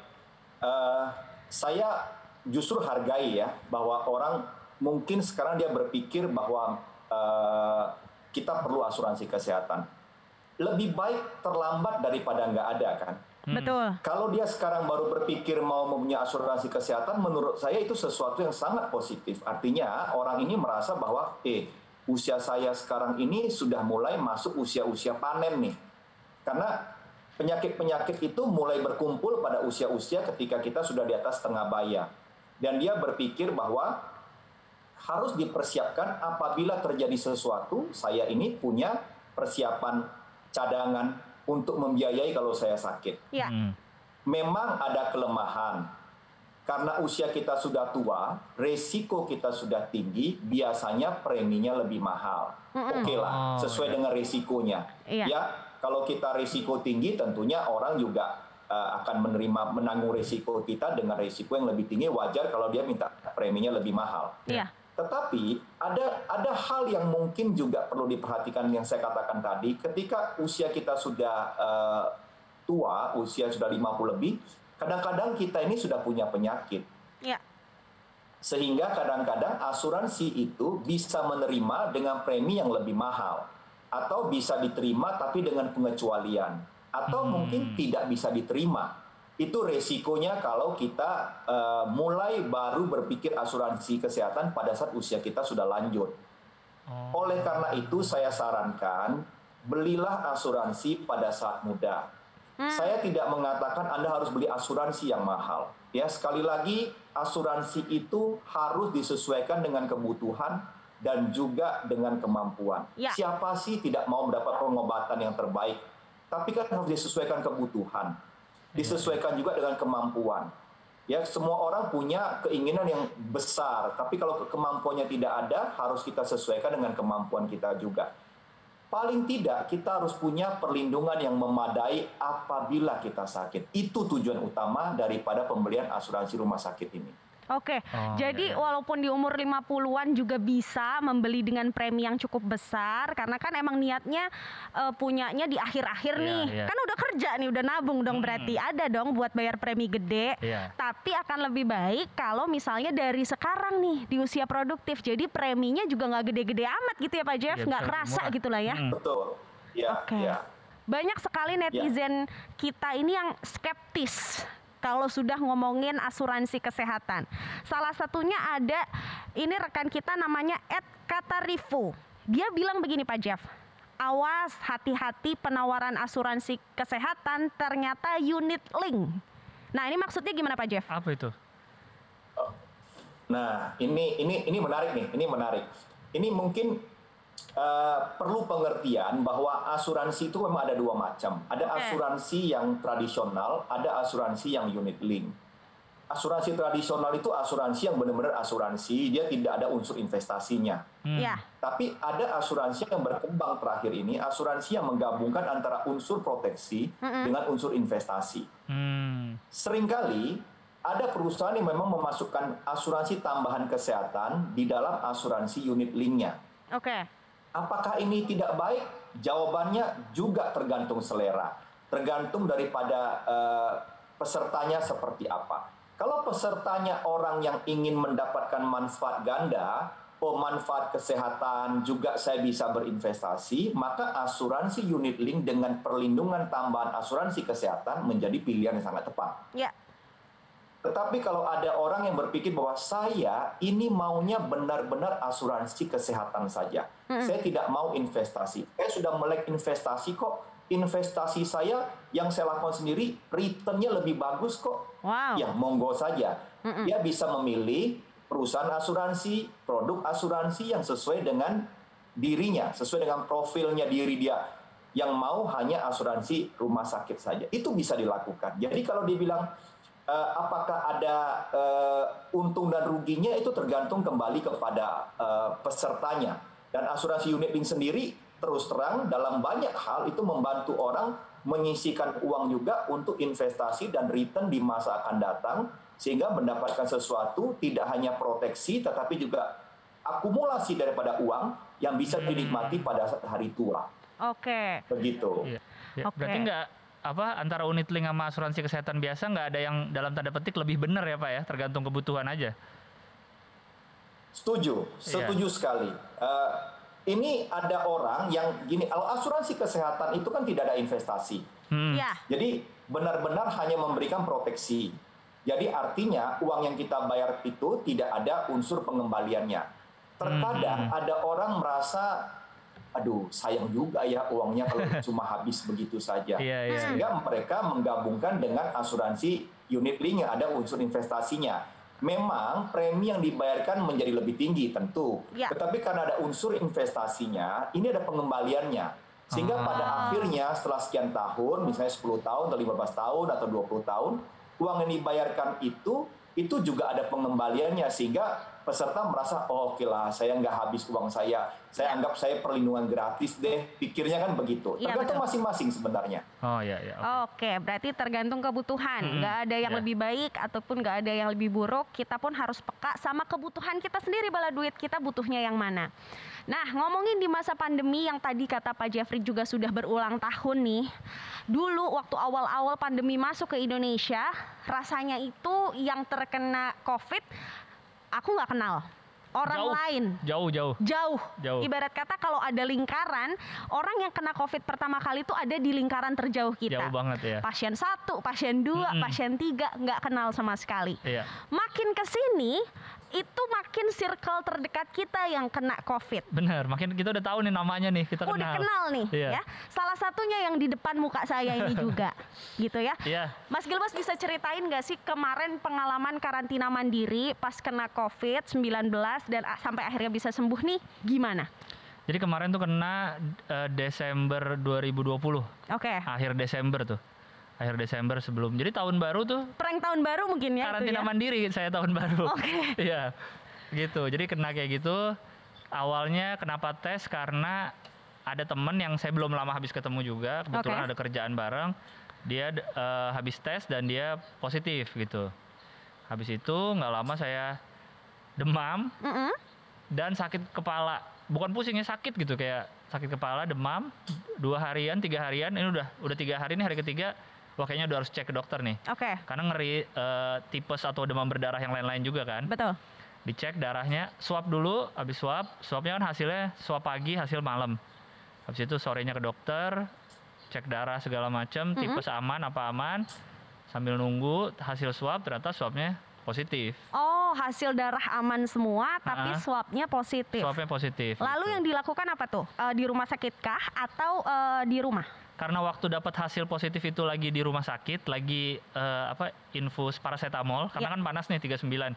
Eh, saya justru hargai ya bahwa orang mungkin sekarang dia berpikir bahwa eh, kita perlu asuransi kesehatan. Lebih baik terlambat daripada nggak ada kan. Betul. Kalau dia sekarang baru berpikir mau mempunyai asuransi kesehatan, menurut saya itu sesuatu yang sangat positif. Artinya orang ini merasa bahwa eh usia saya sekarang ini sudah mulai masuk usia-usia panen nih. Karena penyakit-penyakit itu mulai berkumpul pada usia-usia ketika kita sudah di atas tengah baya. Dan dia berpikir bahwa harus dipersiapkan apabila terjadi sesuatu, saya ini punya persiapan cadangan untuk membiayai kalau saya sakit. Ya. Hmm. Memang ada kelemahan. Karena usia kita sudah tua, resiko kita sudah tinggi, biasanya preminya lebih mahal. Oke lah, Oh, sesuai ya. dengan resikonya. Iya. Ya, kalau kita risiko tinggi, tentunya orang juga uh, akan menerima menanggung risiko kita dengan risiko yang lebih tinggi. Wajar kalau dia minta preminya lebih mahal. Iya. Tetapi ada ada hal yang mungkin juga perlu diperhatikan yang saya katakan tadi. Ketika usia kita sudah uh, tua, usia sudah lima puluh lebih, kadang-kadang kita ini sudah punya penyakit. Ya. Sehingga kadang-kadang asuransi itu bisa menerima dengan premi yang lebih mahal. Atau bisa diterima tapi dengan pengecualian. Atau Hmm. mungkin tidak bisa diterima. Itu resikonya kalau kita uh, mulai baru berpikir asuransi kesehatan pada saat usia kita sudah lanjut. Oh. Oleh karena itu saya sarankan belilah asuransi pada saat muda. Hmm. Saya tidak mengatakan Anda harus beli asuransi yang mahal. Ya, sekali lagi asuransi itu harus disesuaikan dengan kebutuhan dan juga dengan kemampuan. Ya. Siapa sih tidak mau mendapat pengobatan yang terbaik? Tapi kan harus disesuaikan kebutuhan, disesuaikan juga dengan kemampuan. Ya, semua orang punya keinginan yang besar, tapi kalau kemampuannya tidak ada, harus kita sesuaikan dengan kemampuan kita juga. Paling tidak kita harus punya perlindungan yang memadai apabila kita sakit. Itu tujuan utama daripada pembelian asuransi rumah sakit ini. Oke, oh, jadi iya, iya. walaupun di umur lima puluhan juga bisa membeli dengan premi yang cukup besar, karena kan emang niatnya uh, punyanya di akhir-akhir iya, nih, iya. kan udah kerja nih, udah nabung dong, hmm. berarti ada dong buat bayar premi gede, iya. Tapi akan lebih baik kalau misalnya dari sekarang nih di usia produktif, jadi preminya juga nggak gede-gede amat gitu ya Pak Jeff, nggak ya, kerasa gitu lah ya. Hmm. Betul, ya. Oke. Ya. Banyak sekali netizen ya. kita ini yang skeptis kalau sudah ngomongin asuransi kesehatan. Salah satunya ada, ini rekan kita namanya Ed Katarifu. Dia bilang begini Pak Jeff, awas hati-hati penawaran asuransi kesehatan ternyata unit link. Nah ini maksudnya gimana Pak Jeff? Apa itu? Nah ini ini ini menarik nih, ini menarik. Ini mungkin Uh, perlu pengertian bahwa asuransi itu memang ada dua macam. Ada okay. asuransi yang tradisional, ada asuransi yang unit link. Asuransi tradisional itu asuransi yang benar-benar asuransi, dia tidak ada unsur investasinya. Hmm. Yeah. Tapi ada asuransi yang berkembang terakhir ini, asuransi yang menggabungkan antara unsur proteksi mm-hmm. dengan unsur investasi. Hmm. Seringkali ada perusahaan yang memang memasukkan asuransi tambahan kesehatan di dalam asuransi unit linknya. Oke. Okay. Apakah ini tidak baik? Jawabannya juga tergantung selera, tergantung daripada uh, pesertanya seperti apa. Kalau pesertanya orang yang ingin mendapatkan manfaat ganda, oh manfaat kesehatan juga saya bisa berinvestasi, maka asuransi unit link dengan perlindungan tambahan asuransi kesehatan menjadi pilihan yang sangat tepat. Ya. Tetapi kalau ada orang yang berpikir bahwa saya ini maunya benar-benar asuransi kesehatan saja. Hmm. Saya tidak mau investasi. Saya sudah melek investasi kok. Investasi saya yang saya lakukan sendiri, returnnya lebih bagus kok. Wow. Ya, monggo saja. Hmm. Dia bisa memilih perusahaan asuransi, produk asuransi yang sesuai dengan dirinya, sesuai dengan profilnya diri dia. Yang mau hanya asuransi rumah sakit saja. Itu bisa dilakukan. Jadi kalau dibilang Uh, apakah ada uh, untung dan ruginya, itu tergantung kembali kepada uh, pesertanya. Dan asuransi unit link sendiri terus terang dalam banyak hal itu membantu orang menyisihkan uang juga untuk investasi dan return di masa akan datang, sehingga mendapatkan sesuatu tidak hanya proteksi tetapi juga akumulasi daripada uang yang bisa dinikmati pada hari tua. Oke. Okay. Begitu. Ya, ya. Okay. Berarti enggak apa antara unit link sama asuransi kesehatan biasa nggak ada yang dalam tanda petik lebih benar ya Pak ya, tergantung kebutuhan aja. Setuju, setuju yeah. sekali. Uh, ini ada orang yang gini, kalau asuransi kesehatan itu kan tidak ada investasi. Hmm. Yeah. Jadi benar-benar hanya memberikan proteksi. Jadi artinya uang yang kita bayar itu tidak ada unsur pengembaliannya. Terkadang hmm. ada orang merasa, aduh sayang juga ya uangnya kalau cuma habis begitu saja. Yeah, yeah. Sehingga mereka menggabungkan dengan asuransi unit link yang ada unsur investasinya. Memang premi yang dibayarkan menjadi lebih tinggi tentu. Yeah. Tetapi karena ada unsur investasinya, ini ada pengembaliannya. Sehingga ah. pada akhirnya setelah sekian tahun, misalnya sepuluh tahun atau lima belas tahun atau dua puluh tahun, uang yang dibayarkan itu, itu juga ada pengembaliannya. Sehingga peserta merasa, oh oke lah, saya nggak habis uang saya. Saya ya. anggap saya perlindungan gratis deh. Pikirnya kan begitu. Ya, tergantung masing-masing sebenarnya. Oh iya, iya. Oke, okay. Berarti tergantung kebutuhan. Mm-hmm. Nggak ada yang yeah. lebih baik ataupun nggak ada yang lebih buruk. Kita pun harus peka sama kebutuhan kita sendiri, bala duit kita butuhnya yang mana. Nah, ngomongin di masa pandemi yang tadi kata Pak Jeffrey juga sudah berulang tahun nih. Dulu waktu awal-awal pandemi masuk ke Indonesia, rasanya itu yang terkena COVID, aku nggak kenal. Orang jauh, lain. Jauh, jauh. Jauh. Jauh. Ibarat kata kalau ada lingkaran, orang yang kena COVID pertama kali itu ada di lingkaran terjauh kita. Jauh banget ya. Pasien satu, pasien dua, mm-hmm. pasien tiga, nggak kenal sama sekali. Iya. Makin kesini, itu makin circle terdekat kita yang kena COVID. Bener, makin kita udah tahu nih namanya nih, kita Oh, kenal. udah kenal nih, Iya. ya. Salah satunya yang di depan muka saya ini juga, gitu ya. Iya. Mas Gilbas bisa ceritain nggak sih kemarin pengalaman karantina mandiri pas kena COVID sembilan belas dan a- sampai akhirnya bisa sembuh nih, gimana? Jadi kemarin tuh kena eh, Desember dua ribu dua puluh, Oke, akhir Desember tuh. Akhir Desember sebelum. Jadi tahun baru tuh prank tahun baru mungkin ya itu karantina ya? mandiri saya tahun baru. Oke. Iya. Gitu. Jadi kena kayak gitu. Awalnya kenapa tes karena ada temen yang saya belum lama habis ketemu juga, kebetulan Oke. ada kerjaan bareng. Dia eh, habis tes dan dia positif gitu. Habis itu nggak lama saya demam Mm-mm. dan sakit kepala. Bukan pusing ya, sakit gitu, kayak sakit kepala, demam dua harian, tiga harian. Ini udah udah tiga hari, ini hari ketiga. Wah, kayaknya udah harus cek ke dokter nih. Oke, Karena ngeri eh, tipes atau demam berdarah yang lain-lain juga kan. betul. Dicek darahnya, swab dulu, habis swab, swabnya kan hasilnya swab pagi, hasil malam. Habis itu sorenya ke dokter, cek darah segala macam, tipes aman apa aman. Sambil nunggu hasil swab, ternyata swabnya positif. Oh, hasil darah aman semua, tapi Ha-ha. swabnya positif. Swabnya positif. Lalu gitu. yang dilakukan apa tuh? Eh, di rumah sakit kah atau eh, di rumah? Karena waktu dapat hasil positif itu lagi di rumah sakit, lagi eh, apa infus paracetamol, karena Ya. kan panas nih tiga puluh sembilan.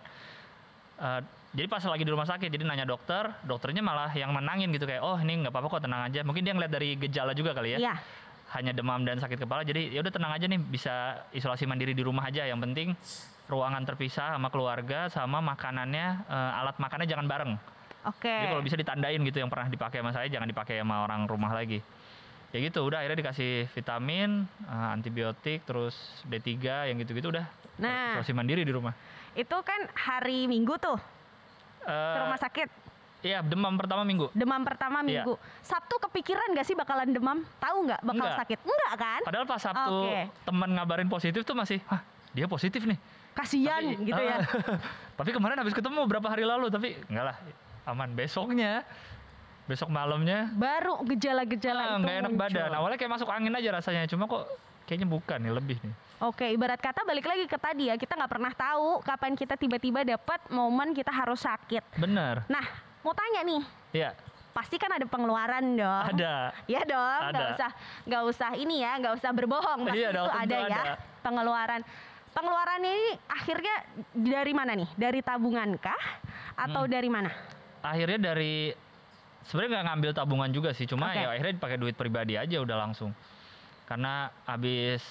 Eh, jadi pas lagi di rumah sakit, jadi nanya dokter, dokternya malah yang menangin gitu, kayak oh ini nggak apa-apa kok, tenang aja. Mungkin dia ngeliat dari gejala juga kali ya. Iya. Hanya demam dan sakit kepala, jadi ya udah tenang aja nih, bisa isolasi mandiri di rumah aja. Yang penting ruangan terpisah sama keluarga, sama makanannya, eh, alat makannya jangan bareng. Oke. Jadi kalau bisa ditandain gitu, yang pernah dipakai sama saya jangan dipakai sama orang rumah lagi. Ya gitu, udah akhirnya dikasih vitamin, eh, antibiotik, terus D tiga yang gitu-gitu udah. Nah. Isolasi mandiri di rumah. Itu kan hari Minggu tuh ke Eh, rumah sakit. Iya, demam pertama minggu. Demam pertama Iya. Minggu. Sabtu kepikiran gak sih bakalan demam? Tahu nggak bakal Enggak. sakit? Enggak kan? Padahal pas Sabtu Oke. teman ngabarin positif tuh masih, hah dia positif nih. Kasian Tapi- gitu ya. Ah, tapi kemarin habis ketemu berapa hari lalu, tapi enggak lah, aman. Besoknya, besok malamnya, Baru gejala-gejala ah, itu nggak enak muncul. badan. Awalnya kayak masuk angin aja rasanya, cuma kok kayaknya bukan nih, lebih nih. Oke, ibarat kata balik lagi ke tadi ya, kita nggak pernah tahu kapan kita tiba-tiba dapat momen kita harus sakit. Bener, Nah, mau tanya nih, iya, pasti kan ada pengeluaran dong. ada. Ya dong, nggak Ada. usah nggak usah ini ya, nggak usah berbohong. Pasti Iya itu dong, ada tentu ya ada. pengeluaran. Pengeluarannya ini akhirnya dari mana nih? Dari tabungan kah? Atau Hmm. dari mana? Akhirnya dari, sebenarnya nggak ngambil tabungan juga sih, cuma Oke. ya akhirnya pakai duit pribadi aja udah langsung. Karena habis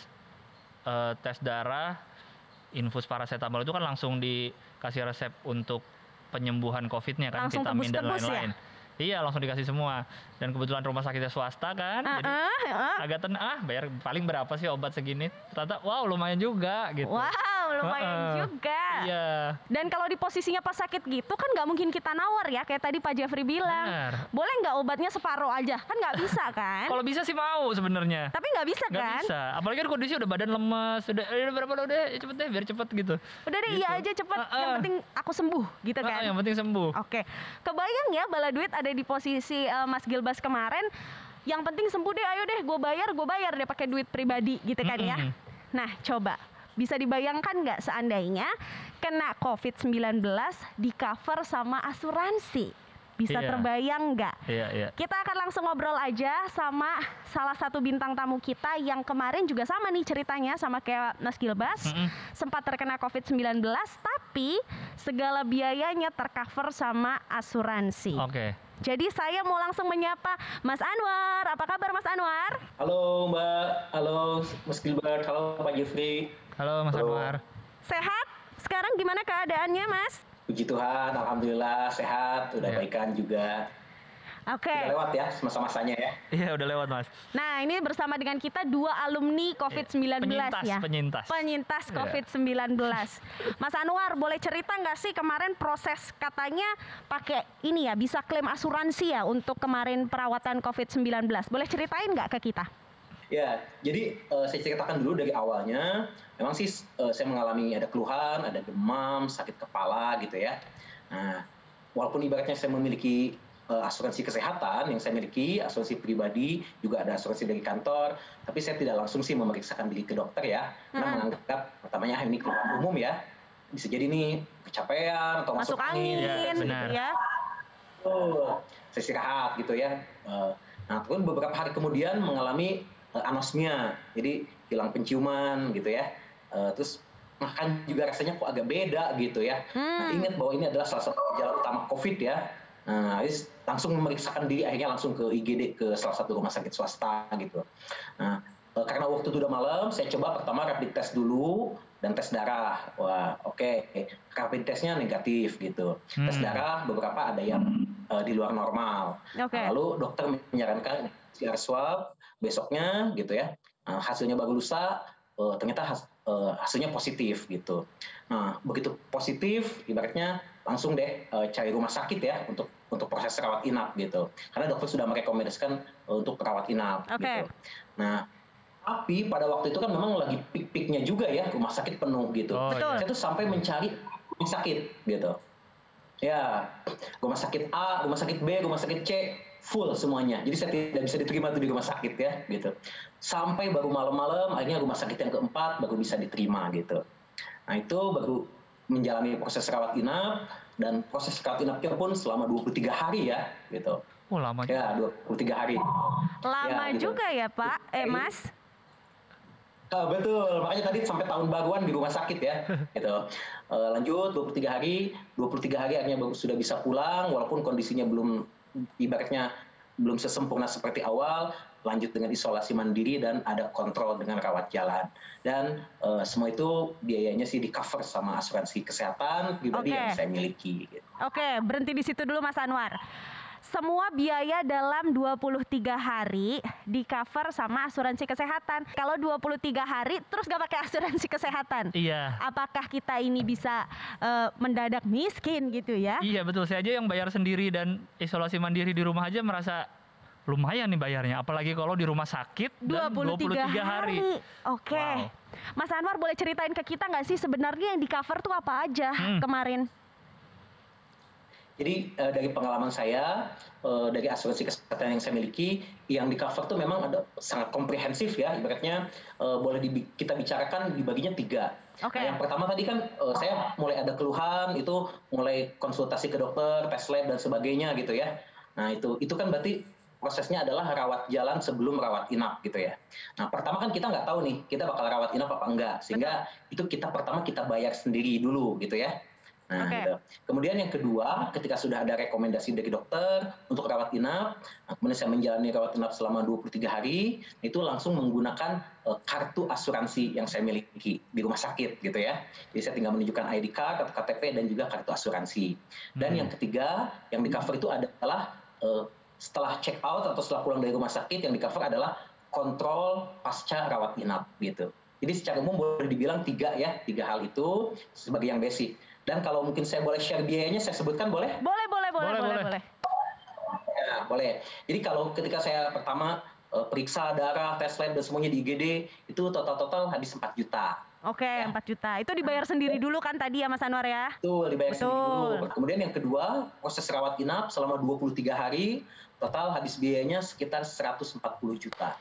eh, tes darah, infus paracetamol itu kan langsung dikasih resep untuk penyembuhan COVID-nya kan, Langsung vitamin dan tebus-tebus ya? lain-lain. Iya, langsung dikasih semua. Dan kebetulan rumah sakitnya swasta kan, jadi Ah, ah, ah. agak tenang, ah bayar paling berapa sih obat segini? Ternyata wow lumayan juga gitu. Wow, lumayan Heeh. juga. Iya, Dan kalau di posisinya pas sakit gitu kan nggak mungkin kita nawar ya, kayak tadi Pak Jeffrey bilang. benar. Boleh nggak obatnya separuh aja? Kan nggak bisa kan? Kalau bisa sih mau sebenarnya. Tapi nggak bisa Nggak kan? bisa, apalagi kan kondisi udah badan lemes, udah eh, udah berapa udah ya cepet deh biar cepet gitu. Udah deh, iya Gitu. aja cepet. Ah, Yang ah. penting aku sembuh, gitu Ah, kan? yang penting sembuh. Oke, kebayang ya Bala Duit ada di posisi eh, Mas Gilbas kemarin. Yang penting sembuh deh, ayo deh, gue bayar, gue bayar deh pakai duit pribadi, gitu kan ya? Mm-mm. Nah, coba bisa dibayangkan nggak seandainya kena COVID sembilan belas di cover sama asuransi? Bisa Iya. terbayang nggak? Iya, iya. Kita akan langsung ngobrol aja sama salah satu bintang tamu kita yang kemarin juga sama nih ceritanya sama kayak Mas Gilbas. Mm-mm. Sempat terkena COVID sembilan belas tapi segala biayanya tercover sama asuransi. Oke. Jadi saya mau langsung menyapa Mas Anwar. Apa kabar Mas Anwar? Halo Mbak, halo Mas Gilbert, halo Pak Jeffrey. Halo Mas Halo. Anwar. Sehat? Sekarang gimana keadaannya Mas? Puji Tuhan, Alhamdulillah sehat, udah Iya. baikan juga. Oke. Udah lewat ya masa-masanya ya. Iya udah lewat Mas. Nah, ini bersama dengan kita dua alumni COVID sembilan belas Penyintas, ya. penyintas. Penyintas Iya. COVID sembilan belas. Mas Anwar, boleh cerita nggak sih kemarin proses katanya pakai ini ya, bisa klaim asuransi ya untuk kemarin perawatan COVID sembilan belas. Boleh ceritain nggak ke kita? Ya, jadi eh, saya ceritakan dulu dari awalnya. Memang sih eh, saya mengalami ada keluhan, ada demam, sakit kepala gitu ya. Nah, walaupun ibaratnya saya memiliki eh, asuransi kesehatan yang saya miliki, asuransi pribadi, juga ada asuransi dari kantor, tapi saya tidak langsung sih memeriksakan diri ke dokter ya, karena Mm-mm. menganggap pertamanya "Ah, ini keluhan umum ya. bisa jadi nih kecapean atau masuk, masuk angin, Ya, gitu benar. ya. Oh, saya istirahat gitu ya. Eh, Nah, terus beberapa hari kemudian mengalami eh, anosmia, jadi hilang penciuman gitu ya. Eh, Terus makan juga rasanya kok agak beda gitu ya. Nah, Hmm. ingat bahwa ini adalah salah satu gejala utama COVID ya. Nah, Aris langsung memeriksakan diri, akhirnya langsung ke I G D, ke salah satu rumah sakit swasta gitu. Nah, eh, karena waktu itu udah malam, saya coba pertama rapid test dulu dan tes darah. Wah, oke, rapid testnya negatif gitu. Tes Hmm. darah beberapa ada yang eh, di luar normal. Oke. Nah, lalu dokter menyarankan P C R swab besoknya gitu ya. Nah, hasilnya baru lusa, eh, ternyata has- eh, hasilnya positif gitu. Nah, begitu positif, ibaratnya langsung deh eh, cari rumah sakit ya untuk untuk proses rawat inap gitu. Karena dokter sudah merekomendasikan eh, untuk rawat inap Oke. gitu. Nah, tapi pada waktu itu kan memang lagi pik-piknya juga ya, rumah sakit penuh gitu. Oh, Betul. Saya tuh sampai mencari rumah sakit gitu. Ya, rumah sakit A, rumah sakit B, rumah sakit C, full semuanya. Jadi saya tidak bisa diterima tuh di rumah sakit ya, gitu. Sampai baru malam-malam, akhirnya rumah sakit yang keempat baru bisa diterima gitu. Nah itu baru menjalani proses rawat inap, dan proses rawat inapnya pun selama dua puluh tiga hari ya, gitu. Oh, lama juga. Ya, dua puluh tiga hari. Lama Ya, gitu. juga ya Pak, eh Mas. Ah, betul, makanya tadi sampai tahun baruan di rumah sakit ya, gitu. Eh, lanjut dua puluh tiga hari, dua puluh tiga hari akhirnya baru sudah bisa pulang, walaupun kondisinya belum, ibaratnya belum sesempurna seperti awal, lanjut dengan isolasi mandiri dan ada kontrol dengan rawat jalan. Dan eh, semua itu biayanya sih di cover sama asuransi kesehatan pribadi Oke. yang saya miliki. Gitu. Oke, berhenti di situ dulu Mas Anwar. Semua biaya dalam dua puluh tiga hari di cover sama asuransi kesehatan. Kalau dua puluh tiga hari terus gak pakai asuransi kesehatan, Iya. apakah kita ini bisa eh, mendadak miskin gitu ya? Iya betul, saya aja yang bayar sendiri dan isolasi mandiri di rumah aja merasa lumayan nih bayarnya. Apalagi kalau di rumah sakit dua dan puluh tiga hari. Oke. Wow. Mas Anwar boleh ceritain ke kita nggak sih sebenarnya yang di cover tuh apa aja Hmm. kemarin? Jadi eh, dari pengalaman saya, eh, dari asuransi kesehatan yang saya miliki, yang di cover tuh memang ada sangat komprehensif ya, ibaratnya eh, boleh dibi- kita bicarakan dibaginya tiga. Oke. Nah, yang pertama tadi kan eh, saya mulai ada keluhan, itu mulai konsultasi ke dokter, tes lab dan sebagainya gitu ya. Nah itu itu kan berarti prosesnya adalah rawat jalan sebelum rawat inap gitu ya. Nah pertama kan kita nggak tahu nih kita bakal rawat inap apa enggak, sehingga itu kita pertama kita bayar sendiri dulu gitu ya. Nah, Oke. gitu. Kemudian yang kedua, ketika sudah ada rekomendasi dari dokter untuk rawat inap, nah, kemudian saya menjalani rawat inap selama dua puluh tiga hari, itu langsung menggunakan eh, kartu asuransi yang saya miliki di rumah sakit gitu ya. Jadi saya tinggal menunjukkan I D card atau K T P dan juga kartu asuransi. Dan Hmm. yang ketiga, yang di cover itu adalah eh, setelah check out atau setelah pulang dari rumah sakit, yang di cover adalah kontrol pasca rawat inap gitu. Jadi secara umum boleh dibilang tiga ya, tiga hal itu sebagai yang basic. Dan kalau mungkin saya boleh share biayanya, saya sebutkan boleh? Boleh, boleh, boleh, Boleh, boleh, boleh. boleh. Ya, boleh. Jadi kalau ketika saya pertama eh, periksa darah, tes lab dan semuanya di I G D, itu total-total habis empat juta. Oke, empat juta. Itu dibayar sendiri dulu kan tadi ya Mas Anwar ya? Itu dibayar sendiri Betul. dulu. Kemudian yang kedua, proses rawat inap selama dua puluh tiga hari, total habis biayanya sekitar seratus empat puluh juta.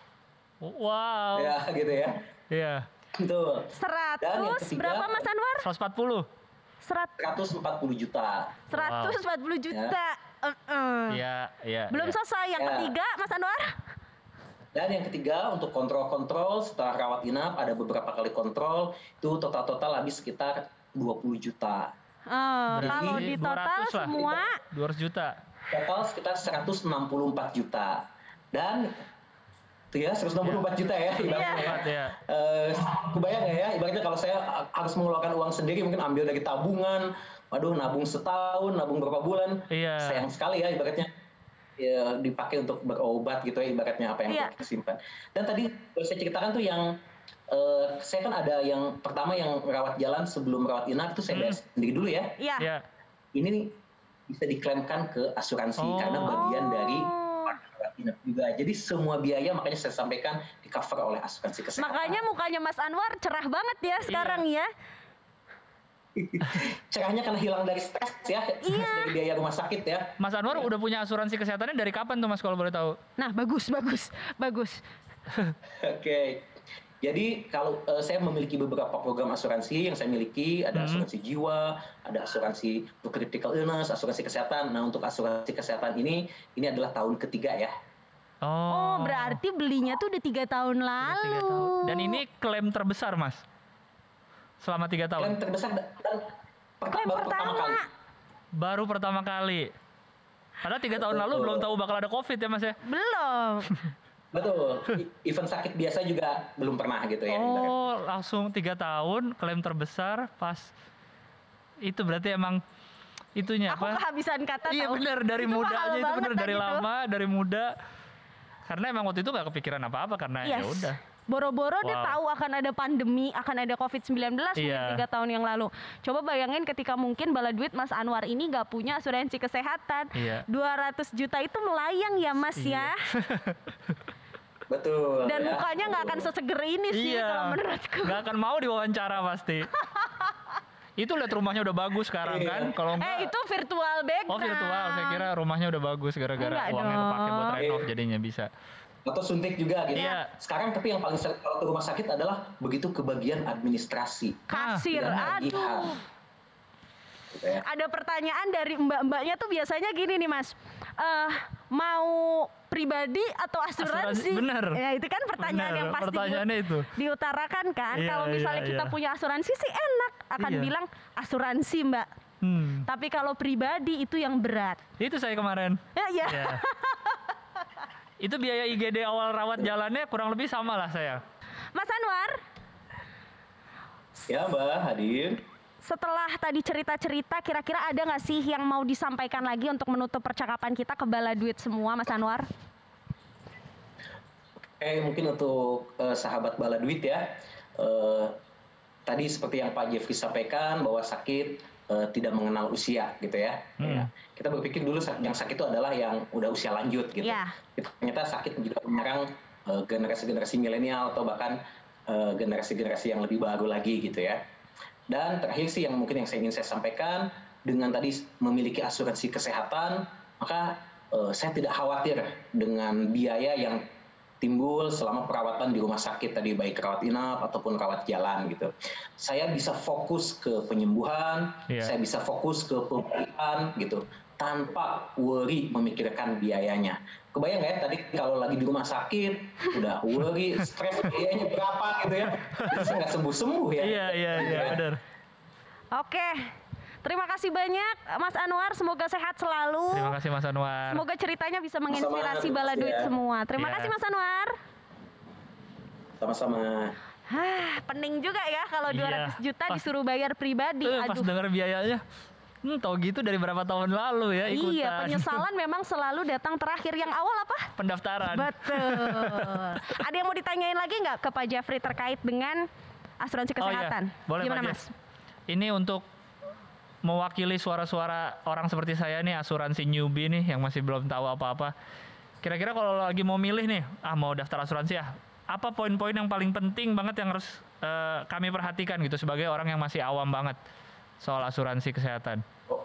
Wow. Ya, gitu ya. Iya. Betul. Dan yang seratus ketiga, berapa Mas Anwar? seratus empat puluh. Serat- seratus empat puluh juta. seratus empat puluh juta. Eh, eh. Iya, iya. Belum iya. selesai yang Ya. ketiga Mas Anwar? Dan yang ketiga, untuk kontrol-kontrol setelah rawat inap, ada beberapa kali kontrol, itu total-total habis sekitar dua puluh juta. Eh, Berarti kalau di dua total ratus lah. semua dua ratus juta. Total sekitar seratus enam puluh empat juta. Dan itu ya seratus enam puluh empat juta ya. ibaratnya ya. Empat ya. Eh, kebayang nggak ya, ibaratnya kalau saya harus mengeluarkan uang sendiri, mungkin ambil dari tabungan, waduh nabung setahun, nabung berapa bulan, Iya. sayang sekali ya ibaratnya ya, dipakai untuk berobat gitu ya, ibaratnya apa yang Iya. kita simpan. Dan tadi boleh saya ceritakan tuh yang eh, saya kan ada yang pertama yang rawat jalan sebelum rawat inap itu saya bayar Hmm. sendiri dulu ya. iya. Iya. Ini nih bisa diklaimkan ke asuransi Oh. karena bagian dari rawat inap juga. Jadi semua biaya makanya saya sampaikan di cover oleh asuransi kesehatan. Makanya mukanya Mas Anwar cerah banget ya sekarang ya. Cerahnya karena hilang dari stres ya, Iya. dari biaya rumah sakit ya. Mas Anwar udah punya asuransi kesehatannya dari kapan tuh Mas kalau boleh tahu? Nah, bagus, bagus, bagus. Oke. Jadi kalau uh, saya memiliki beberapa program asuransi yang saya miliki, ada hmm. asuransi jiwa, ada asuransi critical illness, asuransi kesehatan. Nah untuk asuransi kesehatan ini, ini adalah tahun ketiga ya. Oh, oh berarti belinya tuh udah tiga tahun lalu. tiga tahun. Dan ini klaim terbesar mas, selama tiga tahun. Klaim terbesar dan klaim baru pertama. pertama kali. Baru pertama kali. Padahal tiga tahun lalu belum tahu bakal ada COVID ya mas ya? Belum. Betul, event sakit biasa juga belum pernah gitu ya. Oh, langsung tiga tahun, klaim terbesar pas itu berarti emang itunya Aku apa? Aku kehabisan kata. Iya benar, dari itu muda aja itu benar, dari gitu. lama, dari muda. Karena emang waktu itu nggak kepikiran apa-apa karena yes. ya udah. Boro-boro wow. dia tahu akan ada pandemi, akan ada covid sembilan belas iya. tiga tahun yang lalu. Coba bayangin ketika mungkin bala duit Mas Anwar ini nggak punya asuransi kesehatan. Iya. dua ratus juta itu melayang ya Mas iya. ya. Betul. Dan ya. mukanya nggak akan seseger ini sih iya. kalau menurutku. Nggak akan mau diwawancara pasti. Itu lihat rumahnya udah bagus sekarang iya. kan. Kalau enggak, eh itu virtual background. Oh virtual, saya kira rumahnya udah bagus gara-gara uangnya kepake buat renov jadinya bisa. Atau suntik juga gitu. Iya. Sekarang tapi yang paling sering kalau ke rumah sakit adalah begitu ke bagian administrasi. Kasir, ah, aduh. Gitu ya. Ada pertanyaan dari mbak-mbaknya tuh biasanya gini nih Mas. Uh, mau pribadi atau asuransi? Asuransi bener. Ya itu kan pertanyaan bener. yang pasti Pertanyaannya itu. diutarakan kan. Iya, kalau misalnya iya, kita iya. punya asuransi sih enak. Akan iya. bilang asuransi Mbak. Hmm. Tapi kalau pribadi itu yang berat. Itu saya kemarin. Ya, ya. Ya. Itu biaya I G D awal rawat jalannya kurang lebih sama lah saya. Mas Anwar. Ya Mbak, hadir. Setelah tadi cerita-cerita, kira-kira ada nggak sih yang mau disampaikan lagi untuk menutup percakapan kita ke Bala Duit semua, Mas Anwar? Oke, mungkin untuk uh, sahabat Bala Duit ya. Uh, tadi seperti yang Pak Jeffrey sampaikan bahwa sakit uh, tidak mengenal usia gitu ya. Hmm. ya. Kita berpikir dulu yang sakit itu adalah yang udah usia lanjut gitu. Yeah. Ternyata sakit juga menyerang uh, generasi-generasi milenial atau bahkan uh, generasi-generasi yang lebih baru lagi gitu ya. Dan terakhir sih yang mungkin yang saya ingin saya sampaikan, dengan tadi memiliki asuransi kesehatan, maka uh, saya tidak khawatir dengan biaya yang timbul selama perawatan di rumah sakit tadi, baik rawat inap ataupun rawat jalan gitu. Saya bisa fokus ke penyembuhan, yeah. saya bisa fokus ke pemulihan gitu, tanpa worry memikirkan biayanya. Kebayang nggak ya tadi kalau lagi di rumah sakit, udah worry, stres biayanya berapa gitu ya, bisa nggak sembuh-sembuh ya. Iya, iya, iya, benar. Oke, terima kasih banyak Mas Anwar, semoga sehat selalu. Terima kasih Mas Anwar. Semoga ceritanya bisa menginspirasi Sama-sama, Bala Duit ya. semua. Terima Ya. kasih Mas Anwar. Sama-sama. Hah, pening juga ya kalau Iya. dua ratus juta Pas- disuruh bayar pribadi. Eh, pas Aduh. denger biayanya, hmm, tau gitu dari berapa tahun lalu ya ikutan. Iya, penyesalan memang selalu datang terakhir. Yang awal apa? Pendaftaran. Betul. Ada yang mau ditanyain lagi nggak ke Pak Jeffrey terkait dengan asuransi kesehatan? Oh, iya. Boleh, Gimana Pak Mas? Jeff. Ini untuk mewakili suara-suara orang seperti saya nih, asuransi newbie nih yang masih belum tahu apa-apa. Kira-kira kalau lagi mau milih nih, ah mau daftar asuransi ya, apa poin-poin yang paling penting banget yang harus uh, kami perhatikan gitu sebagai orang yang masih awam banget soal asuransi kesehatan? Oh,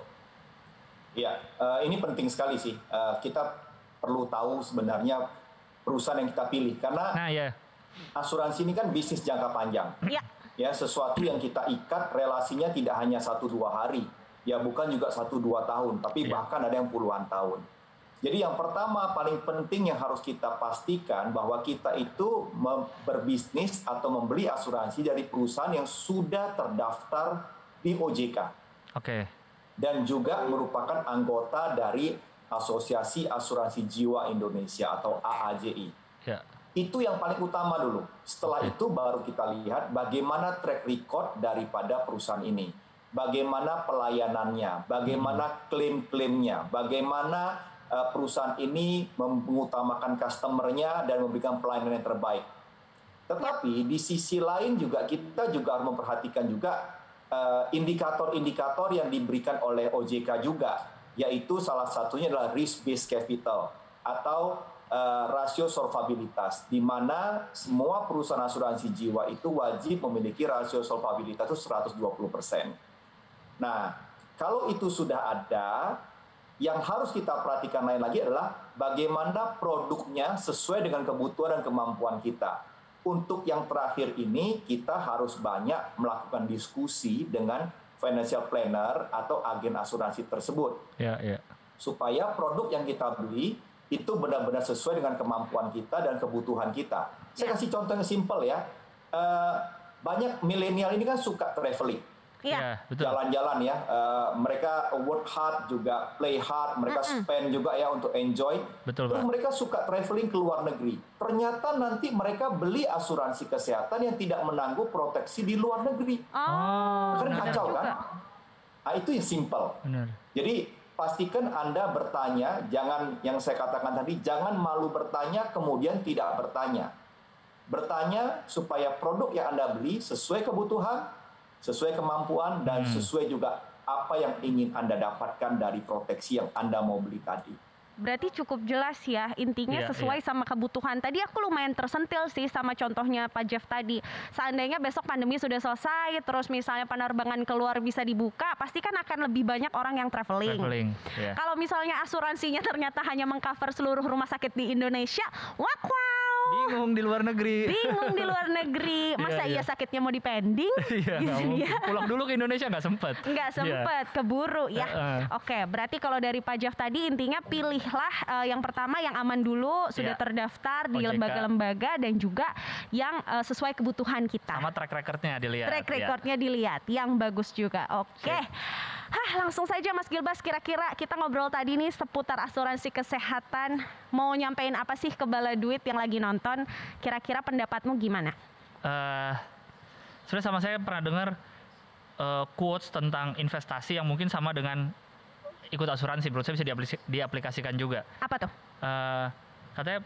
ya, uh, ini penting sekali sih. Uh, kita perlu tahu sebenarnya perusahaan yang kita pilih karena Nah ya, asuransi ini kan bisnis jangka panjang. Ya. Ya, sesuatu yang kita ikat relasinya tidak hanya satu dua hari, ya bukan juga satu dua tahun, tapi Ya. bahkan ada yang puluhan tahun. Jadi yang pertama paling penting yang harus kita pastikan bahwa kita itu mem- berbisnis atau membeli asuransi dari perusahaan yang sudah terdaftar di O J K. oke. Dan juga merupakan anggota dari Asosiasi Asuransi Jiwa Indonesia atau A A J I. Ya. Itu yang paling utama dulu. Setelah Oke. itu baru kita lihat bagaimana track record daripada perusahaan ini. Bagaimana pelayanannya, bagaimana klaim-klaimnya, bagaimana uh, perusahaan ini mengutamakan customer-nya dan memberikan pelayanan yang terbaik. Tetapi di sisi lain juga kita juga harus memperhatikan juga uh, indikator-indikator yang diberikan oleh O J K juga, yaitu salah satunya adalah risk-based capital atau Uh, rasio solvabilitas, di mana semua perusahaan asuransi jiwa itu wajib memiliki rasio solvabilitas itu seratus dua puluh persen. Nah, kalau itu sudah ada, yang harus kita perhatikan lain lagi adalah bagaimana produknya sesuai dengan kebutuhan dan kemampuan kita. untuk yang terakhir ini kita harus banyak melakukan diskusi dengan financial planner atau agen asuransi tersebut. Ya, ya. Supaya produk yang kita beli itu benar-benar sesuai dengan kemampuan kita dan kebutuhan kita. Saya kasih contoh yang simpel ya. Uh, banyak milenial ini kan suka traveling. Iya, ya, betul. Jalan-jalan ya. Uh, mereka work hard juga, play hard, mereka mm-mm. spend juga ya untuk enjoy. Betul, Terus Pak. mereka suka traveling ke luar negeri. Ternyata nanti mereka beli asuransi kesehatan yang tidak menanggung proteksi di luar negeri. Oh, kan benar kacau juga. kan? Nah, itu yang simple. Benar. Jadi pastikan Anda bertanya, jangan yang saya katakan tadi, jangan malu bertanya kemudian tidak bertanya. Bertanya supaya produk yang Anda beli sesuai kebutuhan, sesuai kemampuan, dan hmm. sesuai juga apa yang ingin Anda dapatkan dari proteksi yang Anda mau beli tadi. Berarti cukup jelas ya, intinya Iya, sesuai iya. sama kebutuhan. Tadi aku lumayan tersentil sih sama contohnya Pak Jeff tadi. Seandainya besok pandemi sudah selesai, terus misalnya penerbangan keluar bisa dibuka, pasti kan akan lebih banyak orang yang traveling. Traveling, iya. Kalau misalnya asuransinya ternyata hanya mengcover seluruh rumah sakit di Indonesia, wak wow. Bingung di luar negeri. Bingung di luar negeri. Masa Iya, iya iya. sakitnya mau dipending? Iya, Gitu nggak mungkin. ya. Pulang dulu ke Indonesia nggak sempet. Nggak Iya. sempet, keburu ya. Uh-uh. Oke, berarti kalau dari Pak Jeff tadi intinya pilihlah uh, yang pertama yang aman dulu, sudah Iya. terdaftar di O J K. lembaga-lembaga dan juga yang uh, sesuai kebutuhan kita. Sama track recordnya dilihat. Track ya. recordnya dilihat, yang bagus juga. Oke. Hah, langsung saja Mas Gilbas, kira-kira kita ngobrol tadi nih seputar asuransi kesehatan. Mau nyampein apa sih ke Bala Duit yang lagi nonton? Kira-kira pendapatmu gimana? Uh, sebenarnya sama saya pernah dengar uh, quotes tentang investasi yang mungkin sama dengan ikut asuransi. Menurut saya bisa diaplis- diaplikasikan juga. Apa tuh? Uh, katanya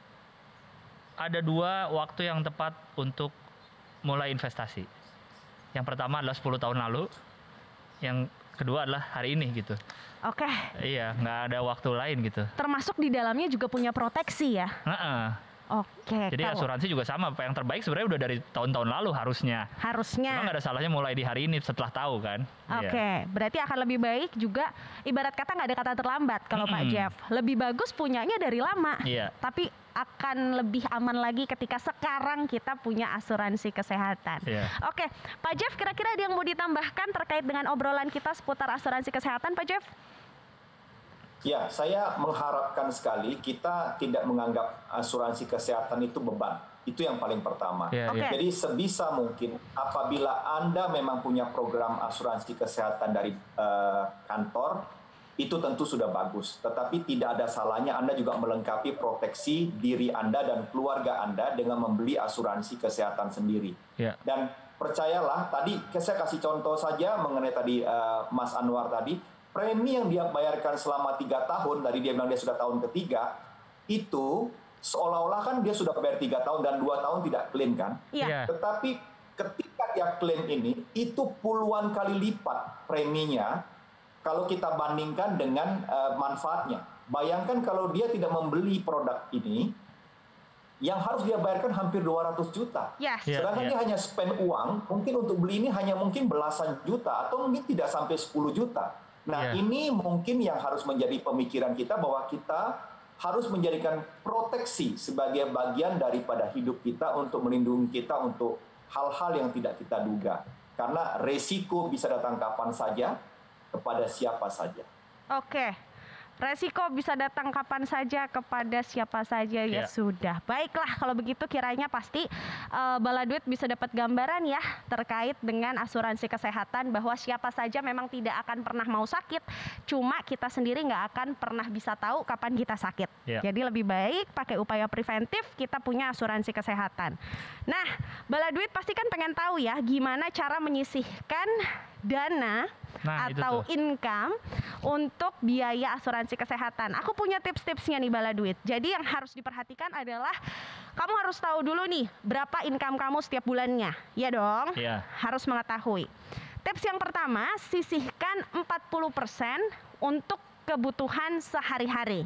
ada dua waktu yang tepat untuk mulai investasi. Yang pertama adalah sepuluh tahun lalu. Yang kedua adalah hari ini gitu. Oke. Iya, nggak ada waktu lain gitu. Termasuk di dalamnya juga punya proteksi ya? Heeh. Oke. Jadi kalau asuransi juga sama. Yang terbaik sebenarnya udah dari tahun-tahun lalu harusnya. harusnya. Cuma nggak ada salahnya mulai di hari ini setelah tahu kan. Oke, Iya. berarti akan lebih baik juga, ibarat kata nggak ada kata terlambat kalau Pak Mm-mm. Jeff. Lebih bagus punyanya dari lama, Iya. tapi akan lebih aman lagi ketika sekarang kita punya asuransi kesehatan. Iya. Oke, Pak Jeff, kira-kira ada yang mau ditambahkan terkait dengan obrolan kita seputar asuransi kesehatan, Pak Jeff? Ya, saya mengharapkan sekali kita tidak menganggap asuransi kesehatan itu beban. Itu yang paling pertama. Iya, Oke. iya. Jadi sebisa mungkin apabila Anda memang punya program asuransi kesehatan dari uh, kantor, itu tentu sudah bagus. Tetapi tidak ada salahnya Anda juga melengkapi proteksi diri Anda dan keluarga Anda dengan membeli asuransi kesehatan sendiri. Iya. Dan percayalah, tadi saya kasih contoh saja mengenai tadi uh, Mas Anwar tadi, premi yang dia bayarkan selama tiga tahun, tadi dia bilang dia sudah tahun ketiga, itu seolah-olah kan dia sudah bayar tiga tahun dan dua tahun tidak klaim kan. Iya. Iya. Tetapi ketika dia klaim ini, itu puluhan kali lipat preminya kalau kita bandingkan dengan uh, manfaatnya. Bayangkan kalau dia tidak membeli produk ini, yang harus dia bayarkan hampir dua ratus juta. Yes. Iya, Sedangkan iya. dia hanya spend uang, mungkin untuk beli ini hanya mungkin belasan juta, atau mungkin tidak sampai sepuluh juta. Nah, Iya. ini mungkin yang harus menjadi pemikiran kita, bahwa kita harus menjadikan proteksi sebagai bagian daripada hidup kita untuk melindungi kita untuk hal-hal yang tidak kita duga. Karena resiko bisa datang kapan saja, kepada siapa saja. Oke. Resiko bisa datang kapan saja kepada siapa saja, ya Ya. sudah. Baiklah, kalau begitu kiranya pasti uh, Bala Duit bisa dapat gambaran ya terkait dengan asuransi kesehatan, bahwa siapa saja memang tidak akan pernah mau sakit, cuma kita sendiri nggak akan pernah bisa tahu kapan kita sakit. Ya. Jadi lebih baik pakai upaya preventif, kita punya asuransi kesehatan. Nah, Bala Duit pasti kan pengen tahu ya gimana cara menyisihkan dana Nah, itu atau tuh. income untuk biaya asuransi kesehatan. Aku punya tips-tipsnya nih Bala Duit. Jadi yang harus diperhatikan adalah kamu harus tahu dulu nih berapa income kamu setiap bulannya. Ya dong? Iya. Harus mengetahui. Tips yang pertama, sisihkan empat puluh persen untuk kebutuhan sehari-hari.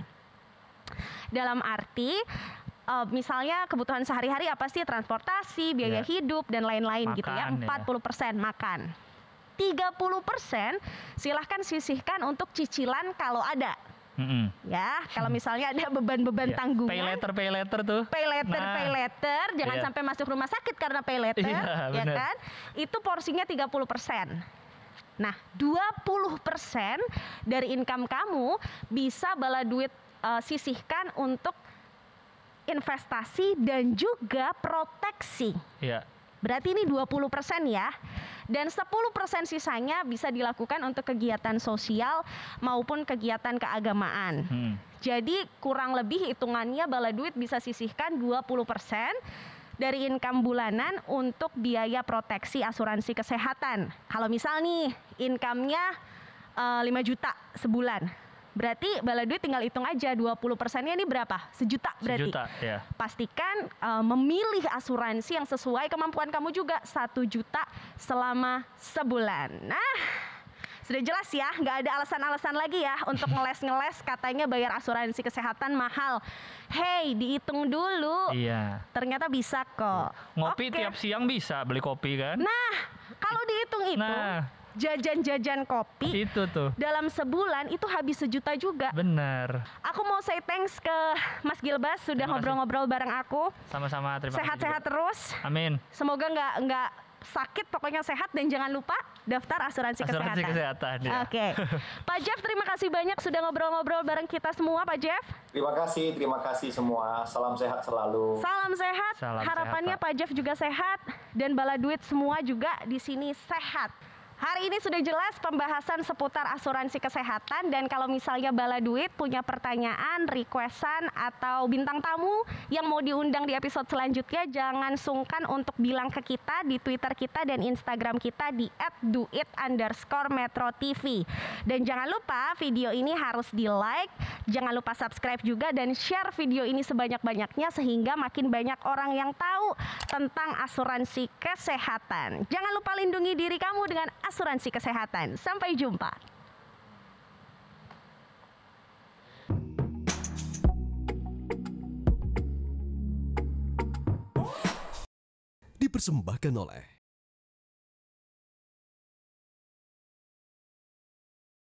Dalam arti uh, misalnya kebutuhan sehari-hari apa sih? Transportasi, biaya Ya. hidup dan lain-lain gitu ya. Makan, ya. empat puluh persen makan. tiga puluh persen silahkan sisihkan untuk cicilan kalau ada. Mm-mm. Ya, kalau misalnya ada beban-beban Iya. tanggungan. Pay letter, pay letter tuh. Pay letter, Nah. pay letter, jangan Iya. sampai masuk rumah sakit karena pay letter, Iya, ya bener. kan? Itu porsinya tiga puluh persen. Nah, dua puluh persen dari income kamu bisa bala duit uh, sisihkan untuk investasi dan juga proteksi. Iya. Berarti ini dua puluh persen ya. Dan sepuluh persen sisanya bisa dilakukan untuk kegiatan sosial maupun kegiatan keagamaan. Hmm. Jadi kurang lebih hitungannya bala duit bisa sisihkan dua puluh persen dari income bulanan untuk biaya proteksi asuransi kesehatan. Kalau misal nih income-nya uh, lima juta sebulan. Berarti bala duit tinggal hitung aja dua puluh persennya ini berapa? Sejuta berarti. Sejuta, ya. Pastikan uh, memilih asuransi yang sesuai kemampuan kamu juga, satu juta selama sebulan. Nah, sudah jelas ya, nggak ada alasan-alasan lagi ya untuk ngeles-ngeles katanya bayar asuransi kesehatan mahal. Hey, dihitung dulu. Iya. Ternyata bisa kok. Ngopi Oke. tiap siang bisa beli kopi kan? Nah, kalau dihitung itu, Nah. jajan-jajan kopi Itu tuh. dalam sebulan itu habis sejuta juga. Bener. Aku mau say thanks ke Mas Gilbas sudah Terima kasih. ngobrol-ngobrol bareng aku. Sama-sama, terima kasih. Sehat-sehat juga. terus. Amin. Semoga nggak nggak sakit, pokoknya sehat, dan jangan lupa daftar asuransi, Asuransi kesehatan. kesehatan, ya. Oke. Pak Jeff, terima kasih banyak sudah ngobrol-ngobrol bareng kita semua, Pak Jeff. Terima kasih, terima kasih semua. Salam sehat selalu. Salam sehat. Salam Harapannya sehat, Pak Jeff juga sehat dan bala duit semua juga di sini sehat. Hari ini sudah jelas pembahasan seputar asuransi kesehatan, dan kalau misalnya bala duit punya pertanyaan, requestan atau bintang tamu yang mau diundang di episode selanjutnya, jangan sungkan untuk bilang ke kita di Twitter kita dan Instagram kita di et duit underscore metro tv. Dan jangan lupa video ini harus di like, jangan lupa subscribe juga dan share video ini sebanyak-banyaknya sehingga makin banyak orang yang tahu tentang asuransi kesehatan. Jangan lupa lindungi diri kamu dengan asuransi kesehatan. Sampai jumpa. Dipersembahkan oleh